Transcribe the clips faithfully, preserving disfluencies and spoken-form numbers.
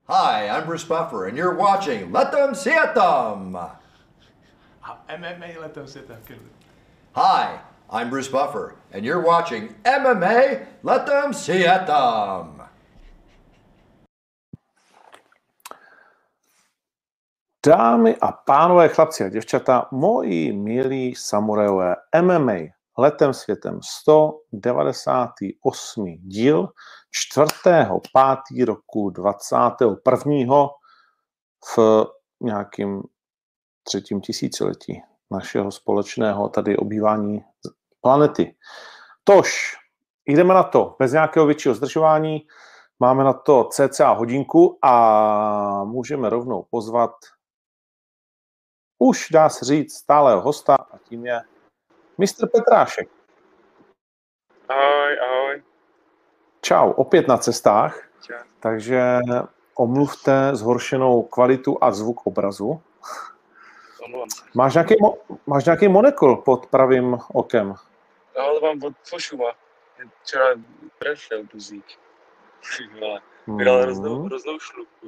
Hi, I'm Bruce Buffer, and you're watching Let Them See It Them! M M A Letem světem, kyllä. Hi, I'm Bruce Buffer, and you're watching M M A Let Them See It Them! Dámy a pánové, chlapci a děvčata, moji milí samurajové, M M A letem světem sto devadesátý osmý díl čtvrtého pátého roku dvacátého prvního v nějakým třetím tisíciletí našeho společného tady obývání planety. Tož, jdeme na to bez nějakého většího zdržování, máme na to cca hodinku a můžeme rovnou pozvat už dá se říct stálého hosta a tím je mistr Petrášek. Ahoj, ahoj. Čau, opět na cestách, Čau. takže omluvte zhoršenou kvalitu a zvuk obrazu. Omlouvám se. Máš nějaký, mo- máš nějaký monokl pod pravým okem? No, to mám od Fošuma. Včera prešel buzík. Ale vydal Hmm. hroznou, hroznou šlupku.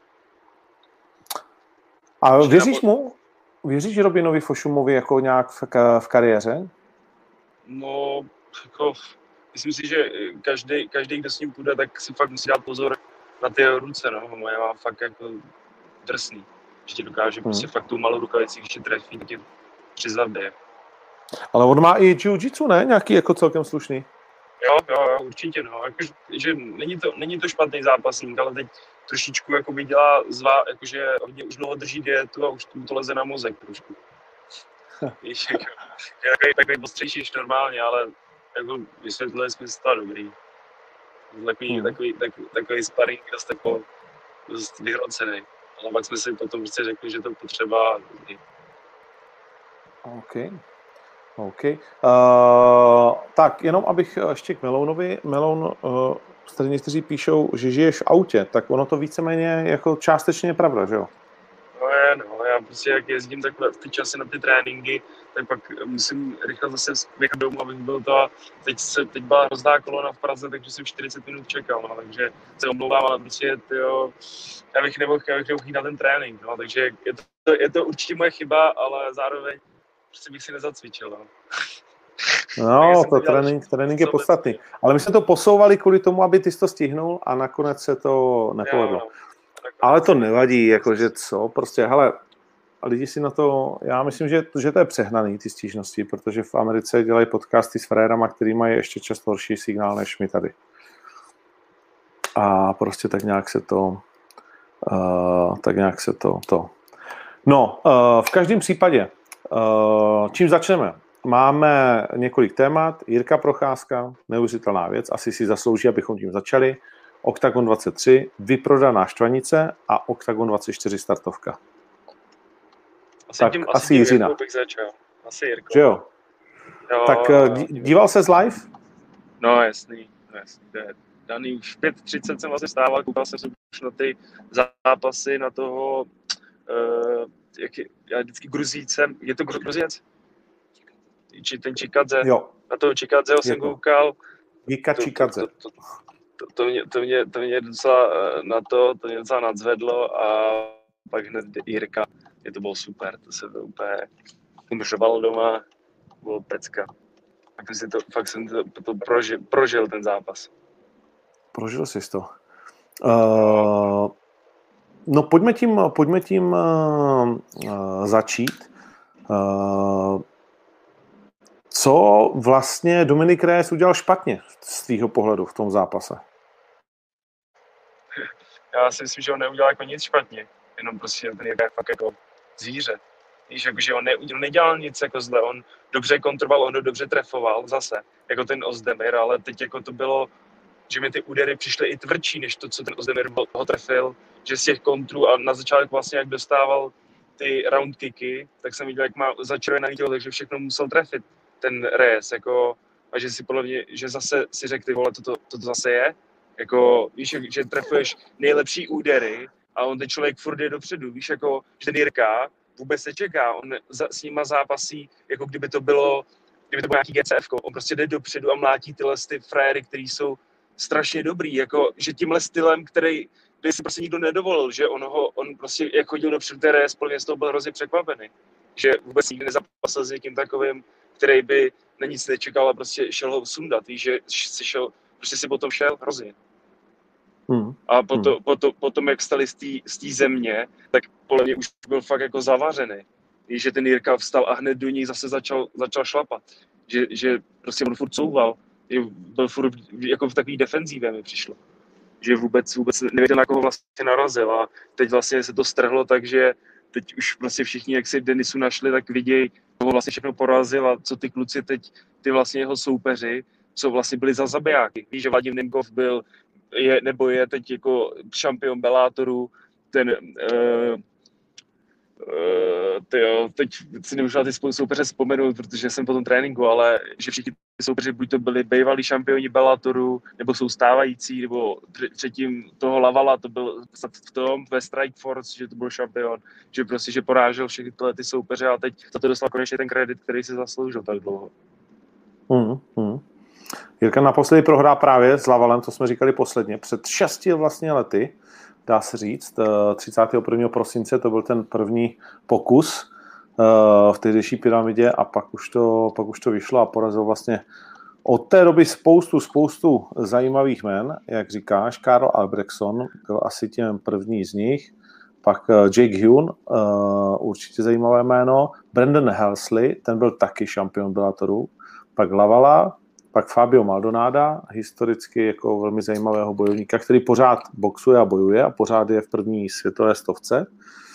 A Včera věříš po- mu? Věříš Robinovi Fošumovi jako nějak v, ka- v kariéře? No, jako, myslím si, že každý, každý, kdo s ním půjde, tak si fakt musí dát pozor na ty jeho ruce, no. Moje má fakt jako drsný. Ještě dokáže prostě fakt tu malou rukavici, když tě trefí, tak tě přizabije. Ale on má i jiu-jitsu, ne? Nějaký jako celkem slušný. Jo, jo, jo, určitě, no. Jakože, že není to, není to špatný zápasník, ale teď trošičku jakoby dělá zvá, jakože hodně už dlouho drží dietu a už mu to leze na mozek trošku. Víš, jako, je takový, takový ostřejší než normálně, ale jako vysvětlili jsme si to dobrý. Takový, Hmm. takový, takový, takový sparring dost, jako, dost vyhrocený. Ale pak jsme si potom prostě řekli, že to potřeba dobrý. OK. OK. Uh, tak, jenom abych ještě k Melounovi. Meloun, uh, tady někteří píšou, že žiješ v autě, tak ono to víceméně jako částečně je pravda, že jo? No je, no, já prostě jak jezdím takhle v ty časy na ty tréninky, tak pak musím rychle zase běhat domů, abych byl to a teď, se, teď byla hrozná kolona v Praze, takže jsem čtyřicet minut čekal, no, takže se omlouvám, ale prostě tyjo, já bych nemohl, já bych nemohl jít na ten trénink, no, takže je to, je to určitě moje chyba, ale zároveň prostě bych si nezacvičil, no. No, to trénink, trénink je podstatný. Ale my jsme to posouvali kvůli tomu, aby ty jsi to stihnul a nakonec se to nepovedlo. Jo, no. Ale to nevadí, jakože co, prostě, hele, lidi si na to, já myslím, že, že to je přehnaný, ty stížnosti, protože v Americe dělají podcasty s frérama, který mají ještě často horší signál než my tady. A prostě tak nějak se to, uh, tak nějak se to, to. No, uh, v každém případě, uh, čím začneme? Máme několik témat, Jirka Procházka, neuvěřitelná věc, asi si zaslouží, abychom tím začali. Octagon dvacet tři, vyprodaná štvanice a Octagon dvacet čtyři startovka. Asi tak tím, asi, asi Jiřina. Bych začal. Asi Jirko. Že jo? jo? Tak díval ses live? No jasný, no, jasný. To je daný už v pět třicet jsem vlastně stával, koukal jsem se už na ty zápasy, na toho, uh, jak je, já vždycky Gruzícem, je to Gruzíc? Či ten Čikadze? Jo. Na toho Čikadzeho jsem koukal. Jika Čikadze. To, to, to, to, to, mě, to, mě, to mě docela na to, to mě docela nadzvedlo a pak hned Jirka, je to bylo super, to se to úplně umřoval doma, bylo pecka. Fakt, si to, fakt jsem to, to prožil, prožil ten zápas. Prožil jsi to. Uh, no pojďme tím, pojďme tím uh, uh, začít. Uh, co vlastně Dominik Reyes udělal špatně z tvýho pohledu v tom zápase? Já si myslím, že on neudělal jako nic špatně, jenom prostě ten je fakt jako zvíře. Víš, jakože on, ne, on nedělal nic jako zle, on dobře kontroval, on dobře trefoval zase, jako ten Ozdemir, ale teď jako to bylo, že mi ty údery přišly i tvrdší, než to, co ten Ozdemir ho trefil, že z těch kontrů a na začátek vlastně, jak dostával ty round kicky, tak jsem viděl, jak má začervenaný tělo, takže všechno musel trefit ten Reyes, jako, a že si podle mě, že zase si řekl, ty vole, toto to, to zase je, jako, víš, že trefuješ nejlepší údery a on ten člověk furt je dopředu, víš, jako, že ten Jirka vůbec nečeká, on za, s nima zápasí, jako kdyby to bylo, kdyby to bylo nějaký G C F ko, on prostě jde dopředu a mlátí tyhle ty frajery, který jsou strašně dobrý, jako, že tímhle stylem, který by si prostě nikdo nedovolil, že on ho, on prostě, jak chodil do té R S, plně z toho byl hrozně překvapený. Že vůbec nikdy nezapasil s někým takovým, který by na nic nečekal a prostě šel ho sundat, víš, že si šel, prostě si potom šel hrozně. Hmm. A potom, hmm. potom, potom, jak stali z té země, tak podle mě už byl fakt jako zavařený. Víš, že ten Jirka vstal a hned do něj zase začal, začal šlapat. Že, že prostě on furt couval. Byl furt jako v takový defenzívě mi přišlo. Že vůbec, vůbec nevěděl, na koho vlastně narazil. A teď vlastně se to strhlo, takže teď už vlastně všichni, jak si Denisu našli, tak vidějí, koho vlastně všechno porazil a co ty kluci teď, ty vlastně jeho soupeři, co vlastně byli za zabijáky. Víš, že Vadim Nemkov byl, je, nebo je teď jako šampion Bellátoru, ten uh, Uh, tyjo, teď si nemůžu na ty soupeře vzpomenout, protože jsem po tom tréninku, ale že všichni ty soupeři buď to byli bývalí šampioni Bellatoru, nebo jsou stávající, nebo třetím toho Lavala, to byl v tom ve Strike Force, že to byl šampion, že prostě, že porážel všechny tyhle ty soupeře a teď za to dostal konečně ten kredit, který si zasloužil tak dlouho. Hmm, hmm. Jirka naposledy prohrá právě s Lavalem, to jsme říkali posledně, před šesti vlastně lety, dá se říct, třicátého prvního prosince, to byl ten první pokus v tehdejší pyramidě a pak už to, pak už to vyšlo a porazil vlastně od té doby spoustu, spoustu zajímavých jmen, jak říkáš, Karl Albrektsson byl asi tím první z nich, pak Jake Huhn, určitě zajímavé jméno, Brandon Helsley, ten byl taky šampion Bellatoru, pak Lavala, pak Fabio Maldonada, historicky jako velmi zajímavého bojovníka, který pořád boxuje a bojuje a pořád je v první světové stovce.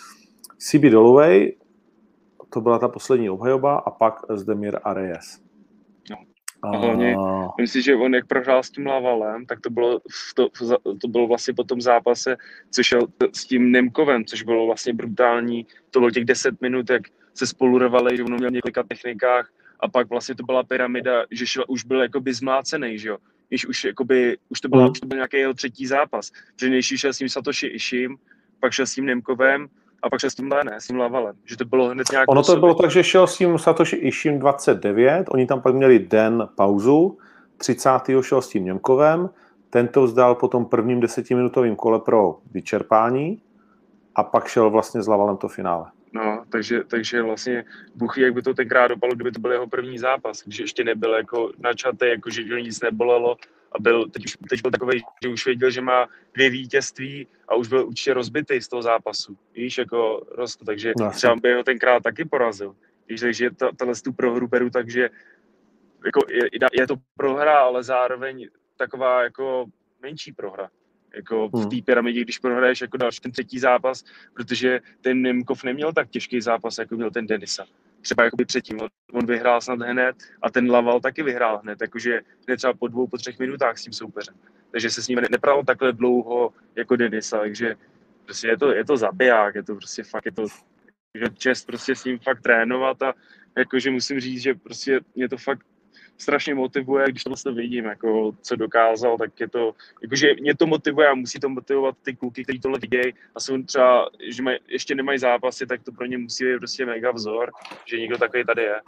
C B Dolloway, to byla ta poslední obhajoba, a pak Zdemir Arejs. No. A hlavně, myslím, že on jak prohrál s tím Lavalem, tak to bylo, to, to bylo vlastně po tom zápase, co šel s tím Nemkovem, což bylo vlastně brutální. To bylo těch deset minut, jak se spolu rvali, že on měl v několika technikách, a pak vlastně to byla pyramida, že šel, už byl jakoby zmlácený, že jo. Když už, jakoby, už to byl, už to byl nějaký jeho třetí zápas. Že než šel s tím Satoshi Ishim, pak šel s tím Nemkovem a pak šel s tím ne, s tím Lavalem. Že to bylo hned nějak... Ono to bylo tak, že šel s tím Satoshi Ishim dvacet devět, oni tam pak měli den pauzu, třicátého šel s tím Němkovem, ten to vzdal po tom prvním desetiminutovým kole pro vyčerpání a pak šel vlastně s Lavalem to finále. No, takže, takže vlastně Bůh ví, jak by to tenkrát dopadlo, kdyby to byl jeho první zápas, když ještě nebyl jako načatý, jako že nic nebolelo a byl, teď, už, teď byl takovej, že už věděl, že má dvě vítězství a už byl určitě rozbitý z toho zápasu, víš, jako rosto, takže no, třeba by ho tenkrát taky porazil, víš, takže tahle tu prohru beru, takže jako je, je to prohra, ale zároveň taková jako menší prohra. Jako v té pyramidě, když prohraješ jako další ten třetí zápas, protože ten Nemkov neměl tak těžký zápas, jako měl ten Denisa. Třeba jakoby předtím, on vyhrál snad hned a ten Laval taky vyhrál hned, jakože hned třeba po dvou, po třech minutách s tím soupeřem. Takže se s ním nepralo takhle dlouho jako Denisa, takže prostě je to, je to zabiják, je to prostě fakt, je to čest prostě s ním fakt trénovat a jakože musím říct, že prostě mě to fakt strašně motivuje, když to vidím, jako, co dokázal, tak je to, jakože mě to motivuje a musí to motivovat ty kluky, kteří tohle vidějí a jsou třeba, že maj, ještě nemají zápasy, tak to pro ně musí být prostě mega vzor, že někdo takový tady je.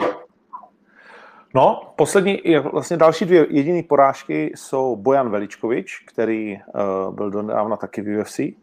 No, poslední, vlastně další dvě jediné porážky jsou Bojan Veličkovič, který uh, byl donedávna taky v U F C,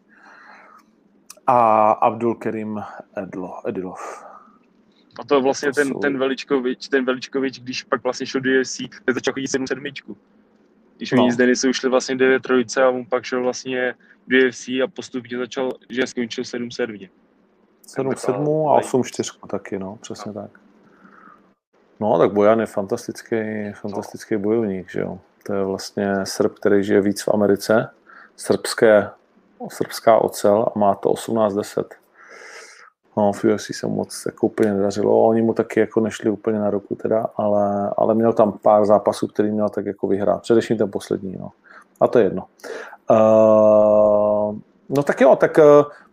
a Abdulkerim Edilov. A to vlastně ten, ten Veličkovič, ten Veličkovič, když pak vlastně šel do U F C, tak začal chodit sedm sedmičku. Když no. oni z Denisou šli vlastně devět trojice a on pak šel vlastně do U F C a postupně začal, že skončil sedm sedm. sedm sedm a osm čtyři taky, no, přesně no. tak. No, tak Bojan je fantastický, fantastický no. bojovník, že jo. To je vlastně Srb, který žije víc v Americe, srbské, srbská ocel a má to osmnáct deset. No, v U F C se moc jako úplně nedařilo, oni mu taky jako nešli úplně na ruku teda, ale, ale měl tam pár zápasů, který měl tak jako vyhrát, především ten poslední, no. A to je jedno. Uh, no tak jo, tak uh,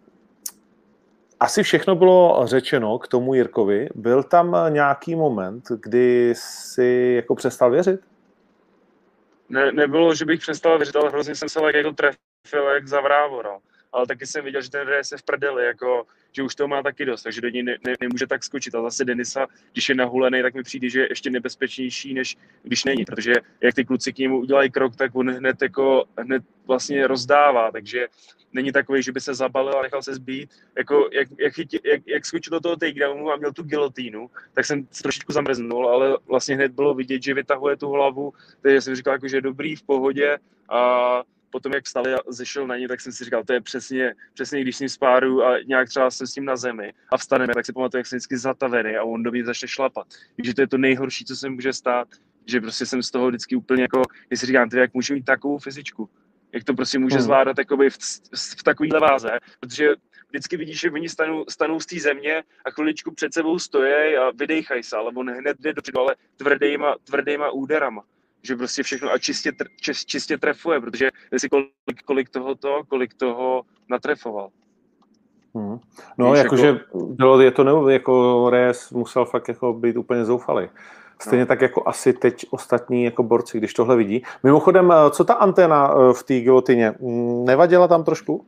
asi všechno bylo řečeno k tomu Jirkovi. Byl tam nějaký moment, kdy si jako přestal věřit? Ne, nebylo, že bych přestal věřit, ale hrozně jsem se jako trefil jak za vrávora. ale taky jsem viděl, že ten Reyes je v prdeli, jako, že už toho má taky dost, takže do něj ne, ne, nemůže tak skočit. A zase Denisa, když je nahulený, tak mi přijde, že je ještě nebezpečnější, než když není, protože jak ty kluci k němu udělají krok, tak on hned, jako, hned vlastně rozdává, takže není takový, že by se zabalil a nechal se zbít. Jako, jak, jak, jak, jak skočil do toho takedownu a měl tu gilotínu, tak jsem trošičku zamrznul, ale vlastně hned bylo vidět, že vytahuje tu hlavu, takže jsem říkal, jako, že je dobrý, v pohodě a potom, jak vstali a zešel na ně, tak jsem si říkal, to je přesně, přesně když s ním spáru a nějak třeba jsem s ním na zemi a vstaneme, tak si pamatuju, jak jsem vždycky zatavený a on do mě začne šlapat. Takže to je to nejhorší, co se může stát, že prostě jsem z toho vždycky úplně jako, jestli říkám, ty, jak může mít takovou fyzičku, jak to prostě může zvládat jakoby v, v takovýhle váze, protože vždycky vidíš, že oni stanou, stanou z té země a chviličku před sebou stojí a vydejchají se, ale on hned jde dopředu, ale tvrdýma, tvrdýma úderama. Že prostě všechno a čistě, čist, čistě trefuje, protože si kolik, kolik tohoto, kolik toho natrefoval. Hmm. No, jakože jako, bylo, je to ne, jako Reyes musel fakt jako být úplně zoufalý. Stejně no. Tak jako asi teď ostatní jako borci, když tohle vidí. Mimochodem, co ta anténa v té gilotině? Nevadila tam trošku?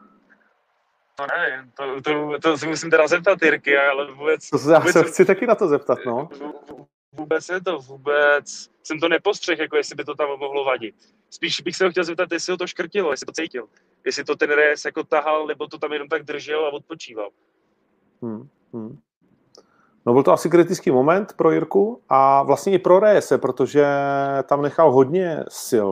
No ne, to, to, to si musím teda zeptat Jirky, ale vůbec... To se, já se chci taky na to zeptat, no. Vůbec ne to, vůbec jsem to nepostřehl, jako jestli by to tam mohlo vadit. Spíš bych se ho chtěl zeptat, jestli ho to škrtilo, jestli to cítil. Jestli to ten Reyes jako tahal, nebo to tam jenom tak držel a odpočíval. Hmm, hmm. No byl to asi kritický moment pro Jirku a vlastně i pro Reyese, protože tam nechal hodně sil.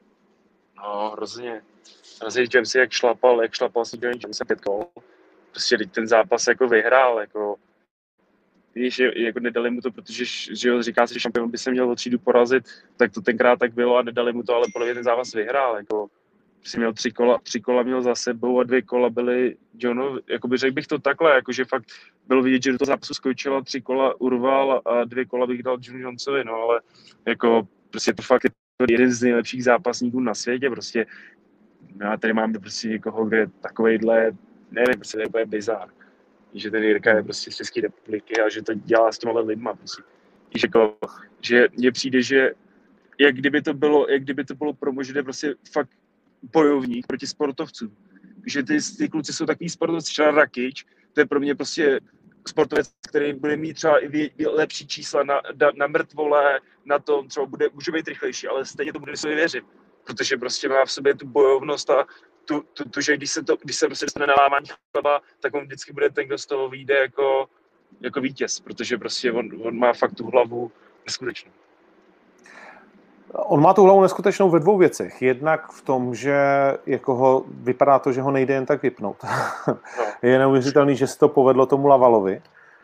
No, hrozně. Hrozně říkám si, jak šlapal, jak šlapal si Johnny Jones pět kol. Prostě ten zápas jako vyhrál, jako víš, jako nedali mu to, protože že jo, říká se, že šampion by se měl o třídu porazit, tak to tenkrát tak bylo a nedali mu to, ale podle mě ten zápas vyhrál, jako prostě měl tři kola, tři kola měl za sebou a dvě kola byly Johnovi, jakoby řekl bych to takhle, jakože fakt bylo vidět, že do toho zápasu skočila, tři kola urval a dvě kola bych dal Johnu Jonesovi, no ale jako prostě to fakt je jeden z nejlepších zápasníků na světě, prostě no a tady mám prostě někoho, kde takovejhle, nevím, prostě to je bizár. Že ten Jirka je prostě z České republiky a že to dělá s těma lidma. Prostě. Že, jako, že mně přijde, že jak kdyby to bylo, jak kdyby to bylo pro mě, že jde prostě fakt bojovník proti sportovcům. Že ty, ty kluci jsou takový sportovci, třeba Rakic, to je pro mě prostě sportovec, který bude mít třeba i vě, lepší čísla na, na, na mrtvole, na tom, třeba bude, může být rychlejší, ale stejně to bude sobě věřit. Protože prostě má v sobě tu bojovnost a tu, tu, tu že když se, to, když se prostě dostane na lámání chleba, tak on vždycky bude ten, kdo z toho vyjde jako, jako vítěz, protože prostě on, on má fakt tu hlavu neskutečnou. On má tu hlavu neskutečnou ve dvou věcech. Jednak v tom, že jako ho, vypadá to, že ho nejde jen tak vypnout. No. Je neuvěřitelný, že se to povedlo tomu Lavalovi.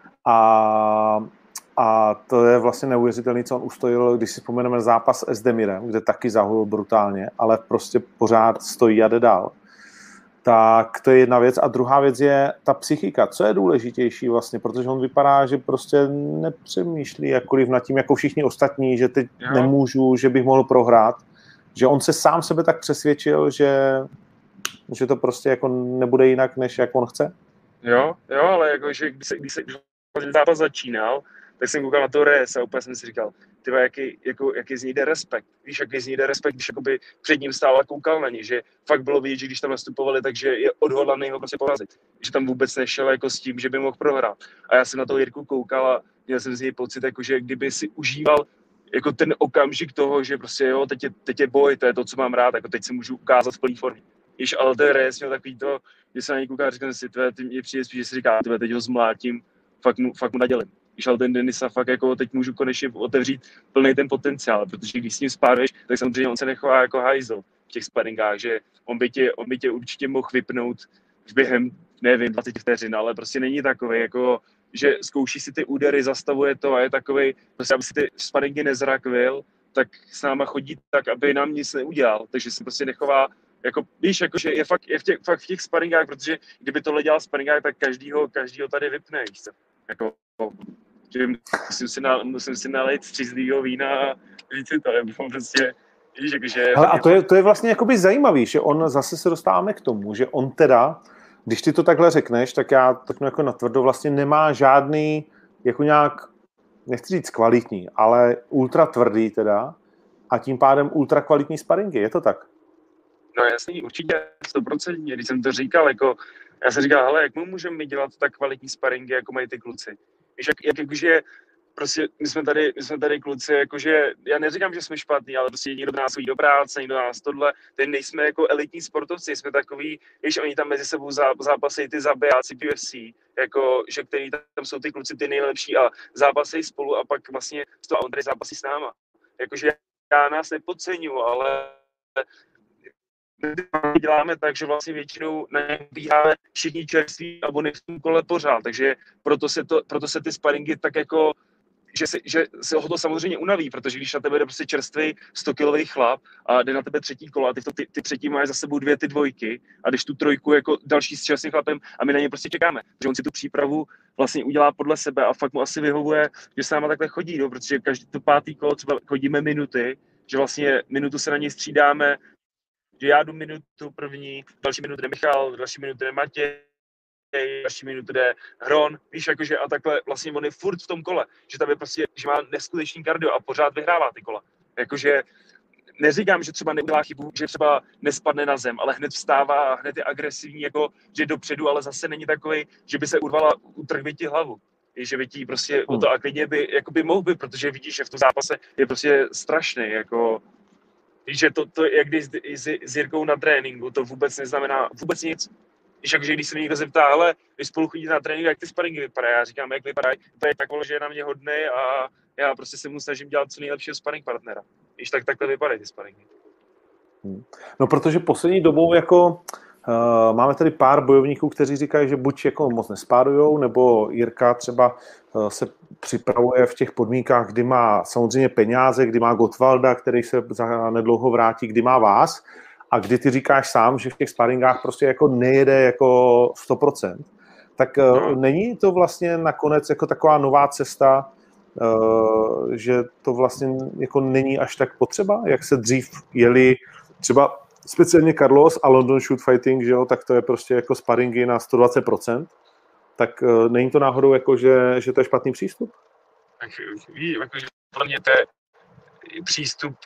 A, a to je vlastně neuvěřitelný, co on ustojil, když si vzpomeneme zápas s Demirem, kde taky zahulil brutálně, ale prostě pořád stojí a jde dál. Tak to je jedna věc. A druhá věc je ta psychika. Co je důležitější vlastně, protože on vypadá, že prostě nepřemýšlí jakkoliv nad tím, jako všichni ostatní, že teď jo. nemůžu, že bych mohl prohrát. Že on se sám sebe tak přesvědčil, že, že to prostě jako nebude jinak, než jak on chce. Jo, jo, ale jako, že když se, když se když ten zápas začínal, tak jsem koukal na to Reyes a úplně jsem si říkal, tyva, jaký, jako, jaký z ní jde respekt. Víš, jaký z ní jde respekt, když jakoby před ním stál a koukal na ně, že fakt bylo vidět, že když tam nastupovali, takže je odhodlaný ho prostě porazit. Že tam vůbec nešel jako s tím, že by mohl prohrát. A já jsem na toho Jirku koukal a měl jsem z něj pocit, jako, že kdyby si užíval jako ten okamžik toho, že prostě jo, teď je, teď je boj, to je to, co mám rád, jako teď si můžu ukázat v plný formě. Víš, ale ten Reyes měl takový to, že se na něj kouká a říkám si, tvé, ty mě přijde spíš, že si říká, tvé, teď ho zmlátím, fakt mu, fakt mu nadělím. Když ale ten Denisa fakt jako teď můžu konečně otevřít plný ten potenciál, protože když s ním spáruješ, tak samozřejmě on se nechová jako hajzl v těch sparingách, že on by tě, on by tě určitě mohl vypnout během, nevím, dvacet vteřin, ale prostě není takový, jako, že zkouší si ty údery, zastavuje to a je takový, prostě aby si ty sparingy nezrakvil, tak s náma chodí tak, aby nám nic neudělal, takže se prostě nechová, jako víš, jakože je fakt, je v těch, fakt v těch sparingách, protože kdyby tohle dělal v sparingách, tak každýho, každýho tady vypne, víš co? Jako, že musím si, na, musím si nalejt střízlýho vína a víc si to, nebo prostě, víš, jakože... Hele, a to je, to je vlastně jakoby zajímavý, že on, zase se dostáváme k tomu, že on teda, když ty to takhle řekneš, tak já to jako natvrdo vlastně nemá žádný, jako nějak, nechci říct kvalitní, ale ultra tvrdý teda, a tím pádem ultra kvalitní sparingy, je to tak? No jasný, určitě, stoprocentně, když jsem to říkal, jako, já jsem říkal, hele, jak my můžeme dělat tak kvalitní sparingy, jako mají ty kluci. Víš, jak, jak jakože, prostě my jsme tady, my jsme tady kluci, jakože, já neříkám, že jsme špatní, ale prostě někdo do nás chodí do práce, někdo do nás tohle, teď nejsme jako elitní sportovci, jsme takový, víš, oni tam mezi sebou zá, zápasí ty zabijáci U F C, jako, že který tam jsou ty kluci ty nejlepší a zápasí spolu a pak vlastně to Ondrej zápasí s náma. Jakože já nás nepodceňuji, ale děláme tak, že vlastně většinou nebíháme všichni čerství nebo nejsou kole pořád, takže proto se, to, proto se ty sparingy tak jako, že se, že se ho to samozřejmě unaví, protože když na tebe jde prostě čerstvý stokilový chlap a jde na tebe třetí kola a ty, to, ty, ty předtím máš za sebou dvě ty dvojky a jdeš tu trojku jako další s čerstvým chlapem a my na něj prostě čekáme, že on si tu přípravu vlastně udělá podle sebe a fakt mu asi vyhovuje, že s náma takhle chodí, no, protože každý to pátý kolo třeba chodíme minuty, že vlastně minutu se na něj střídáme, že já jdu minutu první, další minutu jde Michal, další minutu jde Matěj, další minutu jde Hron, víš, jakože a takhle vlastně on je furt v tom kole, že tam je prostě, že má neskutečný kardio a pořád vyhrává ty kola. Jakože neříkám, že třeba neudělá chybu, že třeba nespadne na zem, ale hned vstává a hned je agresivní, jako že dopředu, ale zase není takový, že by se urvala, utrh by ti hlavu. Že by ti prostě o to a klidně by, jako by mohl by, protože vidíš, že v tom zápase je prostě strašný, jako víš, že to, to jak když s, s Jirkou na tréninku, to vůbec neznamená vůbec nic. Víš, jakože když se mě někdo zeptá, hele, když spolu chodíte na tréninku, jak ty sparingy vypadají? Já říkám, jak vypadají? To je tak, že je na mě hodnej a já prostě se mu snažím dělat co nejlepšího sparing partnera. Víš, tak takhle vypadají ty sparingy. No, protože poslední dobou jako uh, máme tady pár bojovníků, kteří říkají, že buď jako moc nespádujou, nebo Jirka třeba uh, se připravuje v těch podmínkách, kdy má samozřejmě peníze, kdy má Gottwalda, který se za nedlouho vrátí, kdy má vás, a kdy ty říkáš sám, že v těch sparingách prostě jako nejede jako sto procent. Tak uh, no. Není to vlastně nakonec jako taková nová cesta, uh, že to vlastně jako není až tak potřeba, jak se dřív jeli třeba speciálně Carlos a London Shoot Fighting, že jo, tak to je prostě jako sparingy na sto dvacet procent. Tak uh, není to náhodou jako, že, že to je špatný přístup? Tak víš, jakože podle mě to je přístup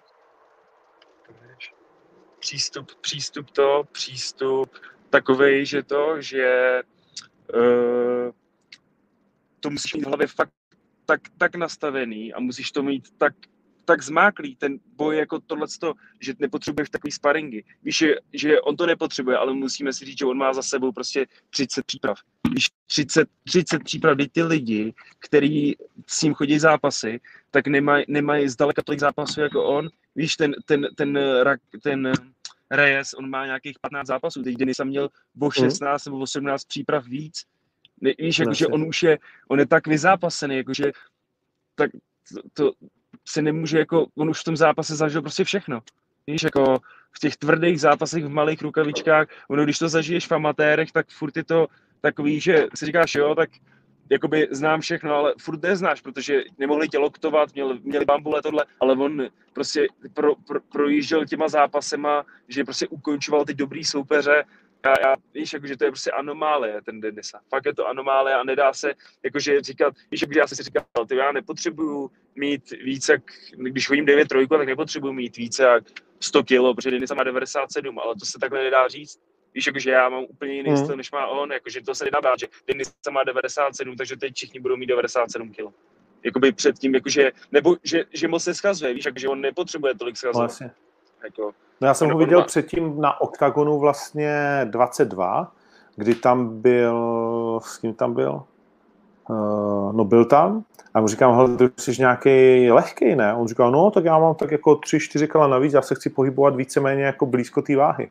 přístup, přístup to, přístup takovej, že to, že uh, to musíš mít v hlavě fakt tak, tak nastavený a musíš to mít tak tak zmáklý, ten boj jako tohleto, že nepotřebuješ takový sparingy. Víš, že, že on to nepotřebuje, ale musíme si říct, že on má za sebou prostě třicet příprav. Víš, třicet, třicet příprav, kdy ty lidi, který s ním chodí zápasy, tak nemají nemaj zdaleka tolik zápasů jako on. Víš, ten, ten, ten, ten, ten Reyes, on má nějakých patnáct zápasů, teď Denisa měl o šestnáct nebo o sedmnáct příprav víc. Ne, víš, jako, že on už je, on je tak vyzápasený, jakože tak to, to se nemůže, jako, on už v tom zápase zažil prostě všechno. Víš, jako v těch tvrdých zápasech v malých rukavičkách, ono, když to zažiješ v amatérech, tak furt je to takový, že si říkáš, jo, tak jakoby znám všechno, ale furt neznáš, protože nemohli tě loktovat, měli, měli bambule tohle, ale on prostě pro, pro, projížděl těma zápasema, že prostě ukončoval ty dobrý soupeře. Já, já, víš, jakože to je prostě anomálie, ten Denisa. Fakt je to anomálie a nedá se, jakože říkat, víš, jakože já jsem si říkal, ty, já nepotřebuju mít více, když chodím devět trojku, tak nepotřebuju mít více jak sto kilo, protože Denisa má devadesát sedm, ale to se takhle nedá říct. Víš, jakože já mám úplně jiný styl, než má on, jakože to se nedá brát, že Denisa má devadesát sedm, takže teď všichni budou mít devadesát sedm kilo. Jakoby předtím, jakože, nebo že, že moc neschazuje, víš, jakože on nepotřebuje tolik schazovat. Vlastně. Jako, no já jsem ho viděl má... předtím na Oktagonu vlastně dvacet dva, kdy tam byl, s kým tam byl? Uh, no byl tam a mu říkám, hele, ty jsi nějaký lehkej, ne? On říkal, no tak já mám tak jako tři čtyři kila navíc, já se chci pohybovat víceméně jako blízko té váhy.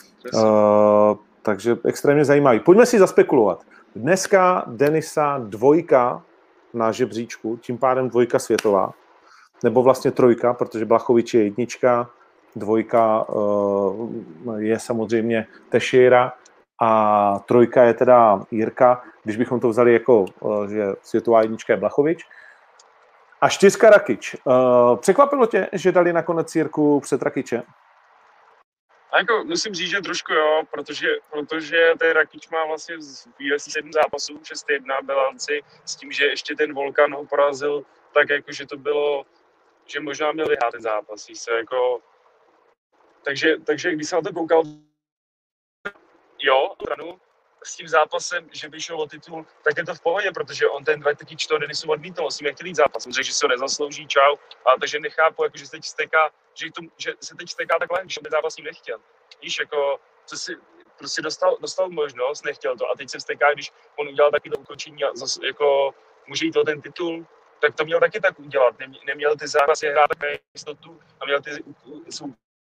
Uh, takže extrémně zajímavý. Pojďme si zaspekulovat. Dneska Denisa dvojka na žebříčku, tím pádem dvojka světová, nebo vlastně trojka, protože Blachowicz je jednička, dvojka uh, je samozřejmě Teixeira a trojka je teda Jirka, když bychom to vzali jako, uh, že světová jednička je Blachowicz. A čtyřka Rakic. Uh, překvapilo tě, že dali nakonec Jirku před Rakiče? A jako musím říct, že trošku jo, protože, protože ten Rakic má vlastně v U F C sedm zápasů, šest jedna bilanci, s tím, že ještě ten Volkan ho porazil tak, jako, že to bylo, že možná měl vyhrát ten zápas. Se jako, Takže, takže když jsem na to koukal, jo, stranu s tím zápasem, že by šel o titul, tak je to v pohodě, protože on ten Dvaitič toho Denisu odmítl, on si nechtěl jít zápas, on řekl, že si ho nezaslouží, čau, a takže nechápu, jako, že se teď steká, že, to, že se teď steká takhle, když on ten zápas s ním nechtěl. Víš, jako, co si prostě dostal, dostal možnost, nechtěl to a teď se steká, když on udělal taky to ukončení a zase, jako, může jít o ten titul, tak to měl taky tak udělat, neměl ty zápasy hrát takovou jistotu a měl ty svou.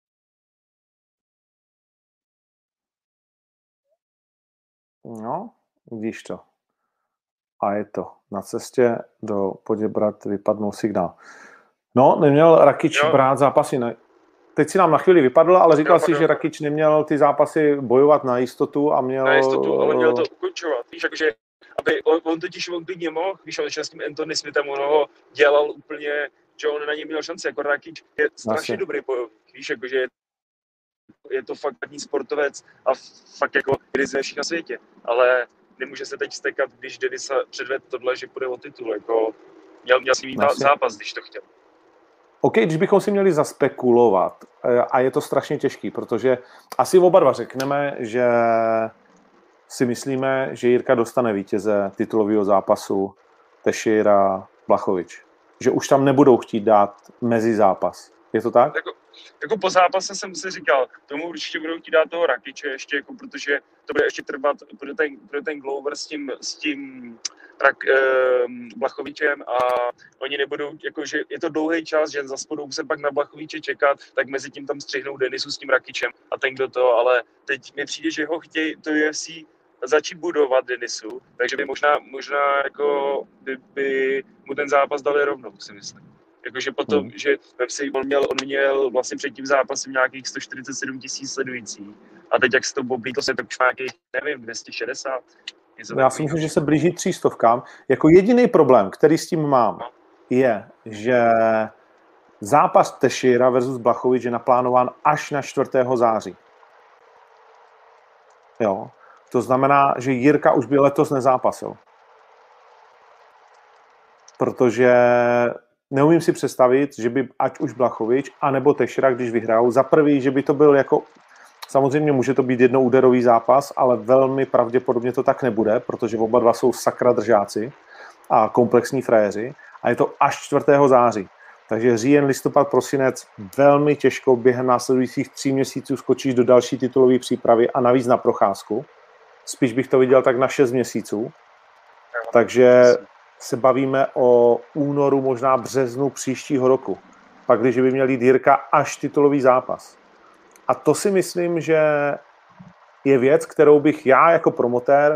No, vidíš to. A je to. Na cestě do Poděbrad vypadnul signál. No, neměl Rakič jo. brát zápasy na... Teď si nám na chvíli vypadl, ale říkal si, že Rakič neměl ty zápasy bojovat na jistotu a měl... Na jistotu, ale měl to ukončovat. Víš, jakože, aby on, on totiž on klidně mohl, víš, on s tím Anthony Smithem, on ho dělal úplně, že on na něj měl šanci, jako Rakič je strašně dobrý bojovník, víš, jakože je to fakt sportovec a fakt jako jeden ze všech na světě, ale nemůže se teď stekat, když Denisa předvedl tohle, že půjde o titul, jako měl, měl si mít zápas, když to chtěl. OK, když bychom si měli zaspekulovat, a je to strašně těžký, protože asi oba dva řekneme, že si myslíme, že Jirka dostane vítěze titulového zápasu Teixeira Blachowicz. Že už tam nebudou chtít dát mezi zápas. Je to tak? Jako, jako po zápase jsem si říkal, tomu určitě budou chtít dát toho Rakiče ještě, jako, protože to bude ještě trvat pro ten, pro ten Glover s tím, s tím Rak, eh, Blachovičem a oni nebudou, jakože je to dlouhý čas, že zase budou se pak na Blachoviče čekat, tak mezi tím tam střihnou Denisu s tím Rakičem a ten kdo to, ale teď mi přijde, že ho chtějí to U F C začít budovat Denisu, takže by možná, možná jako by, by mu ten zápas dali rovnou, si myslím. Jakože potom, hmm. že si, on, měl, on měl vlastně před tím zápasem nějakých sto čtyřicet sedm tisíc sledujících a teď jak se to oblítlo se, tak už má nějakých, nevím, dvě stě šedesát. Já si myslím, že se blíží třístovkám. Jako jediný problém, který s tím mám, no. je, že zápas Teixeira versus Blachowicz je naplánován až na čtvrtého září. Jo. To znamená, že Jirka už by letos nezápasil. Protože neumím si představit, že by ať už Blachowicz, anebo Teixeira, když vyhrajou, za prvý, že by to byl jako, samozřejmě může to být jednoúderový zápas, ale velmi pravděpodobně to tak nebude, protože oba dva jsou sakra držáci a komplexní frajeři a je to až čtvrtého září. Takže říjen, listopad, prosinec velmi těžko během následujících tří měsíců skočíš do další titulové přípravy a navíc na procházku. Spíš bych to viděl tak na šest měsíců. Takže se bavíme o únoru, možná březnu příštího roku. Pak, když by měl jít Jirka až titulový zápas. A to si myslím, že je věc, kterou bych já jako promotér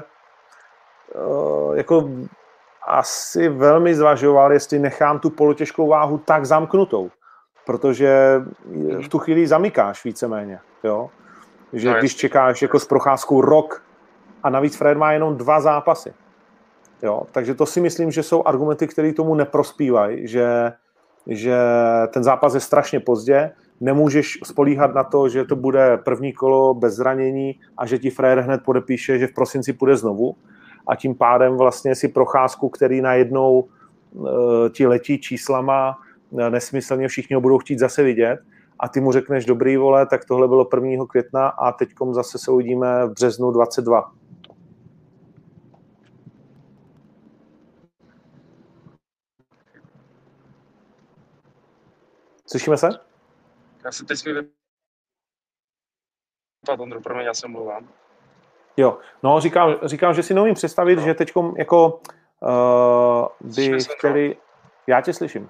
jako asi velmi zvažoval, jestli nechám tu polotěžkou váhu tak zamknutou. Protože v tu chvíli zamykáš víceméně. Jo? Že no, když čekáš jako s procházkou rok a navíc Fred má jenom dva zápasy. Jo? Takže to si myslím, že jsou argumenty, které tomu neprospívají, že, že ten zápas je strašně pozdě, nemůžeš spolíhat na to, že to bude první kolo bez zranění a že ti Fred hned podepíše, že v prosinci půjde znovu a tím pádem vlastně si procházku, který najednou uh, ti letí číslama nesmyslně, všichni ho budou chtít zase vidět a ty mu řekneš dobrý vole, tak tohle bylo prvního května a teďkom zase se uvidíme v březnu dvacet dva. Slyšíme se? Já se teď mi Ondro, promiň, já se mluvám. Jo, no říkám, říkám, že si neumím představit, no. že teďkom jako uh, by chtěli... Já tě slyším.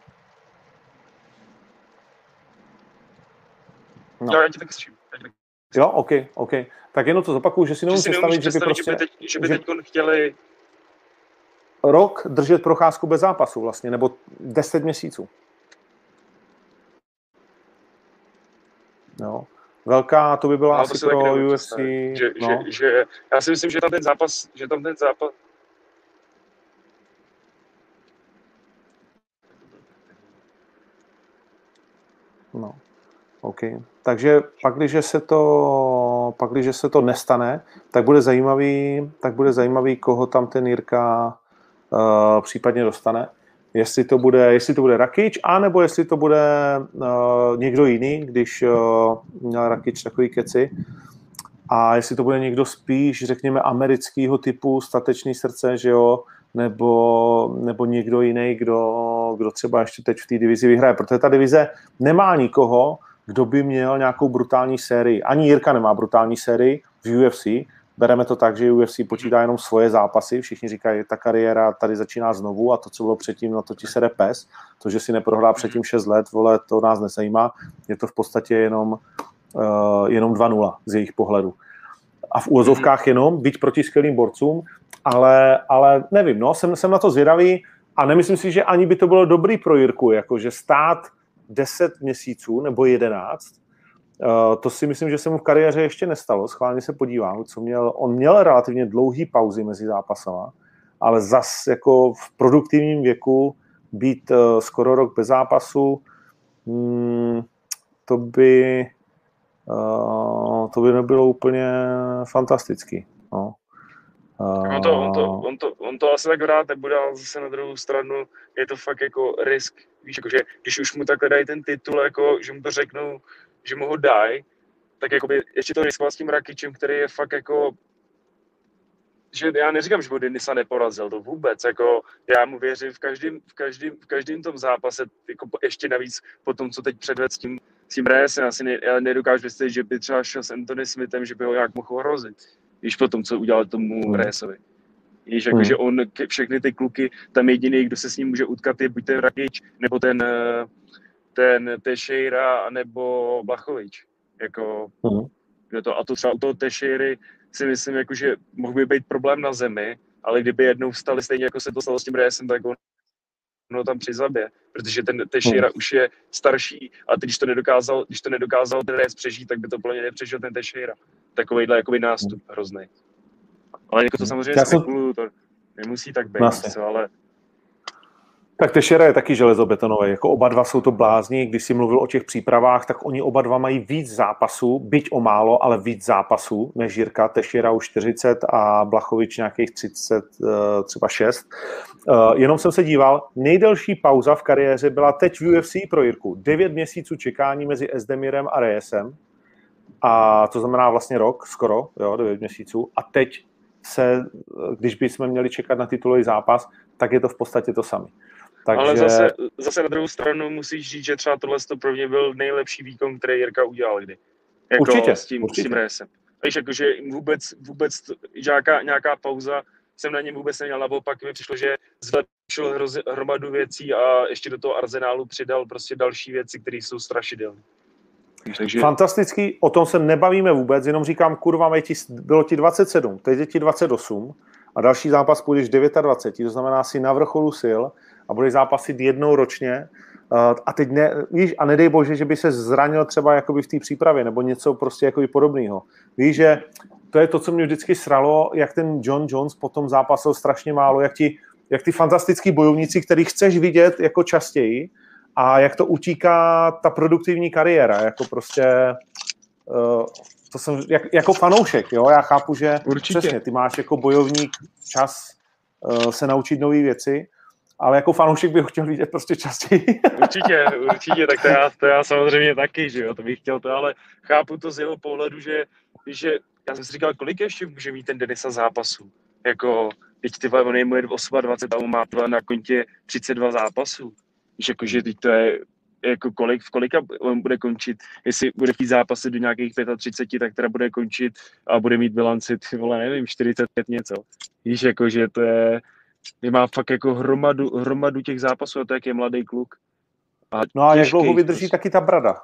No. Jo, já tě tak slyším. Jo, OK, OK. Tak jenom to zopakuju, že si neumím představit, že by prostě... Že by, teď, že by že... teď chtěli... Rok držet procházku bez zápasu vlastně, nebo deset měsíců. No. Velká, to by byla no, asi to pro U F C. Že, no. že, že, já si myslím, že tam ten zápas, že tam ten zápas... No, OK. Takže pak, když se to, pak, když se to nestane, tak bude zajímavý, tak bude zajímavý, koho tam ten Jirka uh, případně dostane. jestli to bude, jestli to bude Rakic, anebo jestli to bude uh, někdo jiný, když uh, měl Rakic takový keci. A jestli to bude někdo spíš, řekněme, amerického typu, statečný srdce, že jo, nebo, nebo někdo jiný, kdo, kdo třeba ještě teď v té divizi vyhraje. Protože ta divize nemá nikoho, kdo by měl nějakou brutální sérii. Ani Jirka nemá brutální sérii v U F C. Bereme to tak, že U F C počítá jenom svoje zápasy. Všichni říkají, ta kariéra tady začíná znovu a to, co bylo předtím, na to ti sere pes. To, že si neprohrál předtím šest let, vole, to nás nezajímá. Je to v podstatě jenom, uh, jenom dva nula z jejich pohledu. A v úvozovkách jenom, byť proti skvělým borcům, ale, ale nevím, no, jsem, jsem na to zvědavý a nemyslím si, že ani by to bylo dobrý pro Jirku, jakože stát deset měsíců nebo jedenáct. Uh, to si myslím, že se mu v kariéře ještě nestalo. Schválně se podívám, co měl. On měl relativně dlouhý pauzy mezi zápasama, ale zas jako v produktivním věku být uh, skoro rok bez zápasu, hmm, to by uh, to by nebylo úplně fantastický. No. On to, on, to, on, to, on to asi tak rád nebude, ale zase na druhou stranu je to fakt jako risk. Víš, jako, že když už mu takhle dají ten titul, jako, že mu to řeknou, že mu ho dají, tak jakoby ještě to riskovat s tím Rakičem, který je fakt jako, že já neříkám, že ho Denisa neporazil, to vůbec, jako já mu věřím v každém, v každém, v každém tom zápase, jako ještě navíc po tom, co teď předved s tím, s tím Reyesem, asi ne, já nedokážu představit, že by třeba šel s Anthony Smithem, že by ho nějak mohl ohrozit, víš, po tom, co udělal tomu hmm. Reyesovi. Víš, jako, hmm. že on, všechny ty kluky, tam jediný, kdo se s ním může utkat, je buď ten Rakič, nebo ten, ten Teixeira, nebo Blachowicz. Jako, hmm. to, a to třeba u toho Teixeiry si myslím, jako, že mohl by být problém na zemi, ale kdyby jednou vstali stejně, jako se to stalo s tím Reyesem, tak on ho tam přizabije, protože ten Teixeira hmm. už je starší a teď, když to nedokázal, když to nedokázal ten Reyes přežít, tak by to plně nepřežil ten Teixeira. Takovejhle jakoby nástup hmm. hrozný. Ale jako to samozřejmě spekuluju, to nemusí tak být, co, ale... Tak Teixeira je taky železobetonový, jako oba dva jsou to blázni, když jsi mluvil o těch přípravách, tak oni oba dva mají víc zápasů, byť o málo, ale víc zápasů než Jirka, Teixeira už čtyřicet a Blachowicz nějakých třicet, třeba šest. Jenom jsem se díval, nejdelší pauza v kariéře byla teď v U F C pro Jirku, devět měsíců čekání mezi Ezdemirem a Reyesem, a to znamená vlastně rok, skoro, jo, devět měsíců, a teď se, když bychom měli čekat na titulový zápas, tak je to v podstatě to samé. Takže... Ale zase, zase na druhou stranu musíš říct, že třeba tohle pro mě byl nejlepší výkon, který Jirka udělal kdy. Jako určitě, s tím, určitě. S tím Reyesem. Víš, jakože vůbec, vůbec nějaká, nějaká pauza jsem na něm vůbec neměl, naopak mi přišlo, že zlepšil hrozi, hromadu věcí a ještě do toho arzenálu přidal prostě další věci, které jsou strašidelné. Takže... Fantastický, o tom se nebavíme vůbec, jenom říkám, kurva, ti, bylo ti dvacet sedm, teď je ti dvacet osm a další zápas půjdeš dvacet devět, to znamená si na vrcholu sil a budeš zápasit jednou ročně a teď ne, víš, a nedej bože, že by se zranil třeba jakoby v té přípravě nebo něco prostě jakoby podobného. Víš, že to je to, co mě vždycky sralo, jak ten John Jones potom zápasil strašně málo, jak ti, jak ty fantastický bojovníci, který chceš vidět jako častěji, a jak to utíká ta produktivní kariéra, jako prostě, uh, to jsem, jak, jako fanoušek, jo, já chápu, že určitě. Přesně, ty máš jako bojovník čas uh, se naučit nové věci, ale jako fanoušek bych ho chtěl vidět prostě častěji. Určitě, určitě, tak to já, to já samozřejmě taky, že jo, to bych chtěl to, ale chápu to z jeho pohledu, že, že já jsem si říkal, kolik ještě může mít ten Denisa zápasů, jako, teď ty vole, on je mu dvacet osm a on má na kontě třicet dva zápasů. Víš, jakože teď to je jako kolik, v kolika on bude končit, jestli bude chtít zápasy do nějakých třicet pět, tak teda bude končit a bude mít bilanci, ty vole, nevím, čtyřicet pět něco. Víš, jakože to je, má fakt jako hromadu, hromadu těch zápasů a to jak je mladý kluk. A no a jak dlouho vydrží prostě taky ta brada?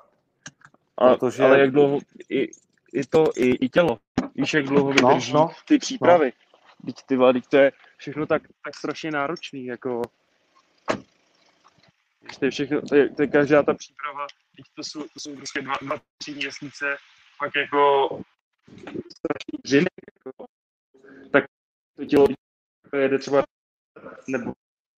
A, protože... Ale jak dlouho, i, i to, i, i tělo. Víš, jak dlouho vydrží no, no, ty přípravy. No. Ty vole, to je všechno tak, tak strašně náročný, jako... To je všechno, to je, to je každá ta příprava, teď to jsou, to jsou prostě dva, dva, tři měsíce, pak jako strašný dřiny, jako, tak to tělo jede třeba, nebo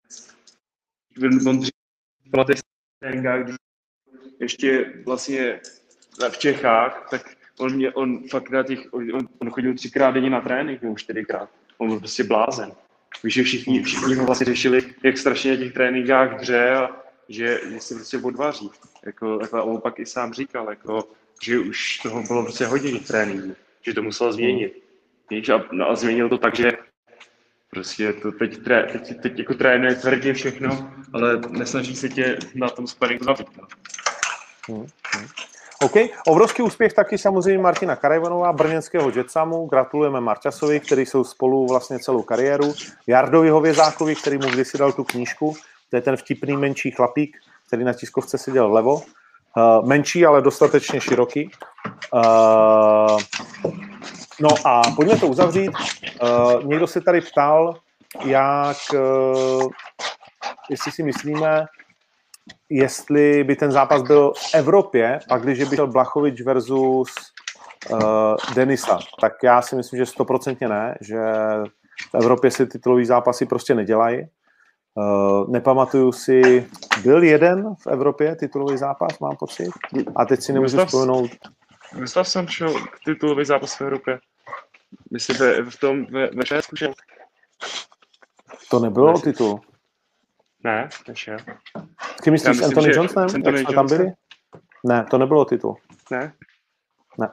on dřív těch tréninkách, když ještě vlastně v Čechách, tak on, mě, on fakt na těch, on, on chodil třikrát denně na trénink, nebo čtyřikrát, on byl prostě blázen. Víš, že všichni, všichni ho vlastně řešili, jak strašně na těch tréninkách dře a že se prostě odváří. Jako, jako on pak i sám říkal, jako, že už toho bylo prostě hodně těch tréninků, že to musel změnit. Víš, a, no a změnil to tak, že prostě to teď, tré, teď, teď jako trénuje tvrdě všechno, ale nesnaží se tě na tom sparingu zabít. No. Hmm. Hmm. OK. Obrovský úspěch taky samozřejmě Martina Karajvanová, brněnského Jetsamu. Gratulujeme Marťasovi, který jsou spolu vlastně celou kariéru. Jardovi Hovězákovi, který mu kdysi dal tu knížku. To je ten vtipný menší chlapík, který na tiskovce seděl vlevo. Uh, menší, ale dostatečně široký. Uh, no a pojďme to uzavřít. Uh, někdo se tady ptal, jak, uh, jestli si myslíme, jestli by ten zápas byl v Evropě, pak když by byl Blachowicz versus uh, Denisa, tak já si myslím, že stoprocentně ne, že v Evropě si titulový zápasy prostě nedělají. Uh, nepamatuju si, byl jeden v Evropě titulový zápas, mám pocit, a teď si nemůžu vzpomenout. Vyslav jsem šel k titulový zápas v Evropě. Myslím, že v tom ve, ve Švédsku šel. To nebylo o titul. Ne, nešel. Ty myslíš s Anthony Johnsonem, jak jsme tam byli? Ne, to nebylo titul. Ne? Ne.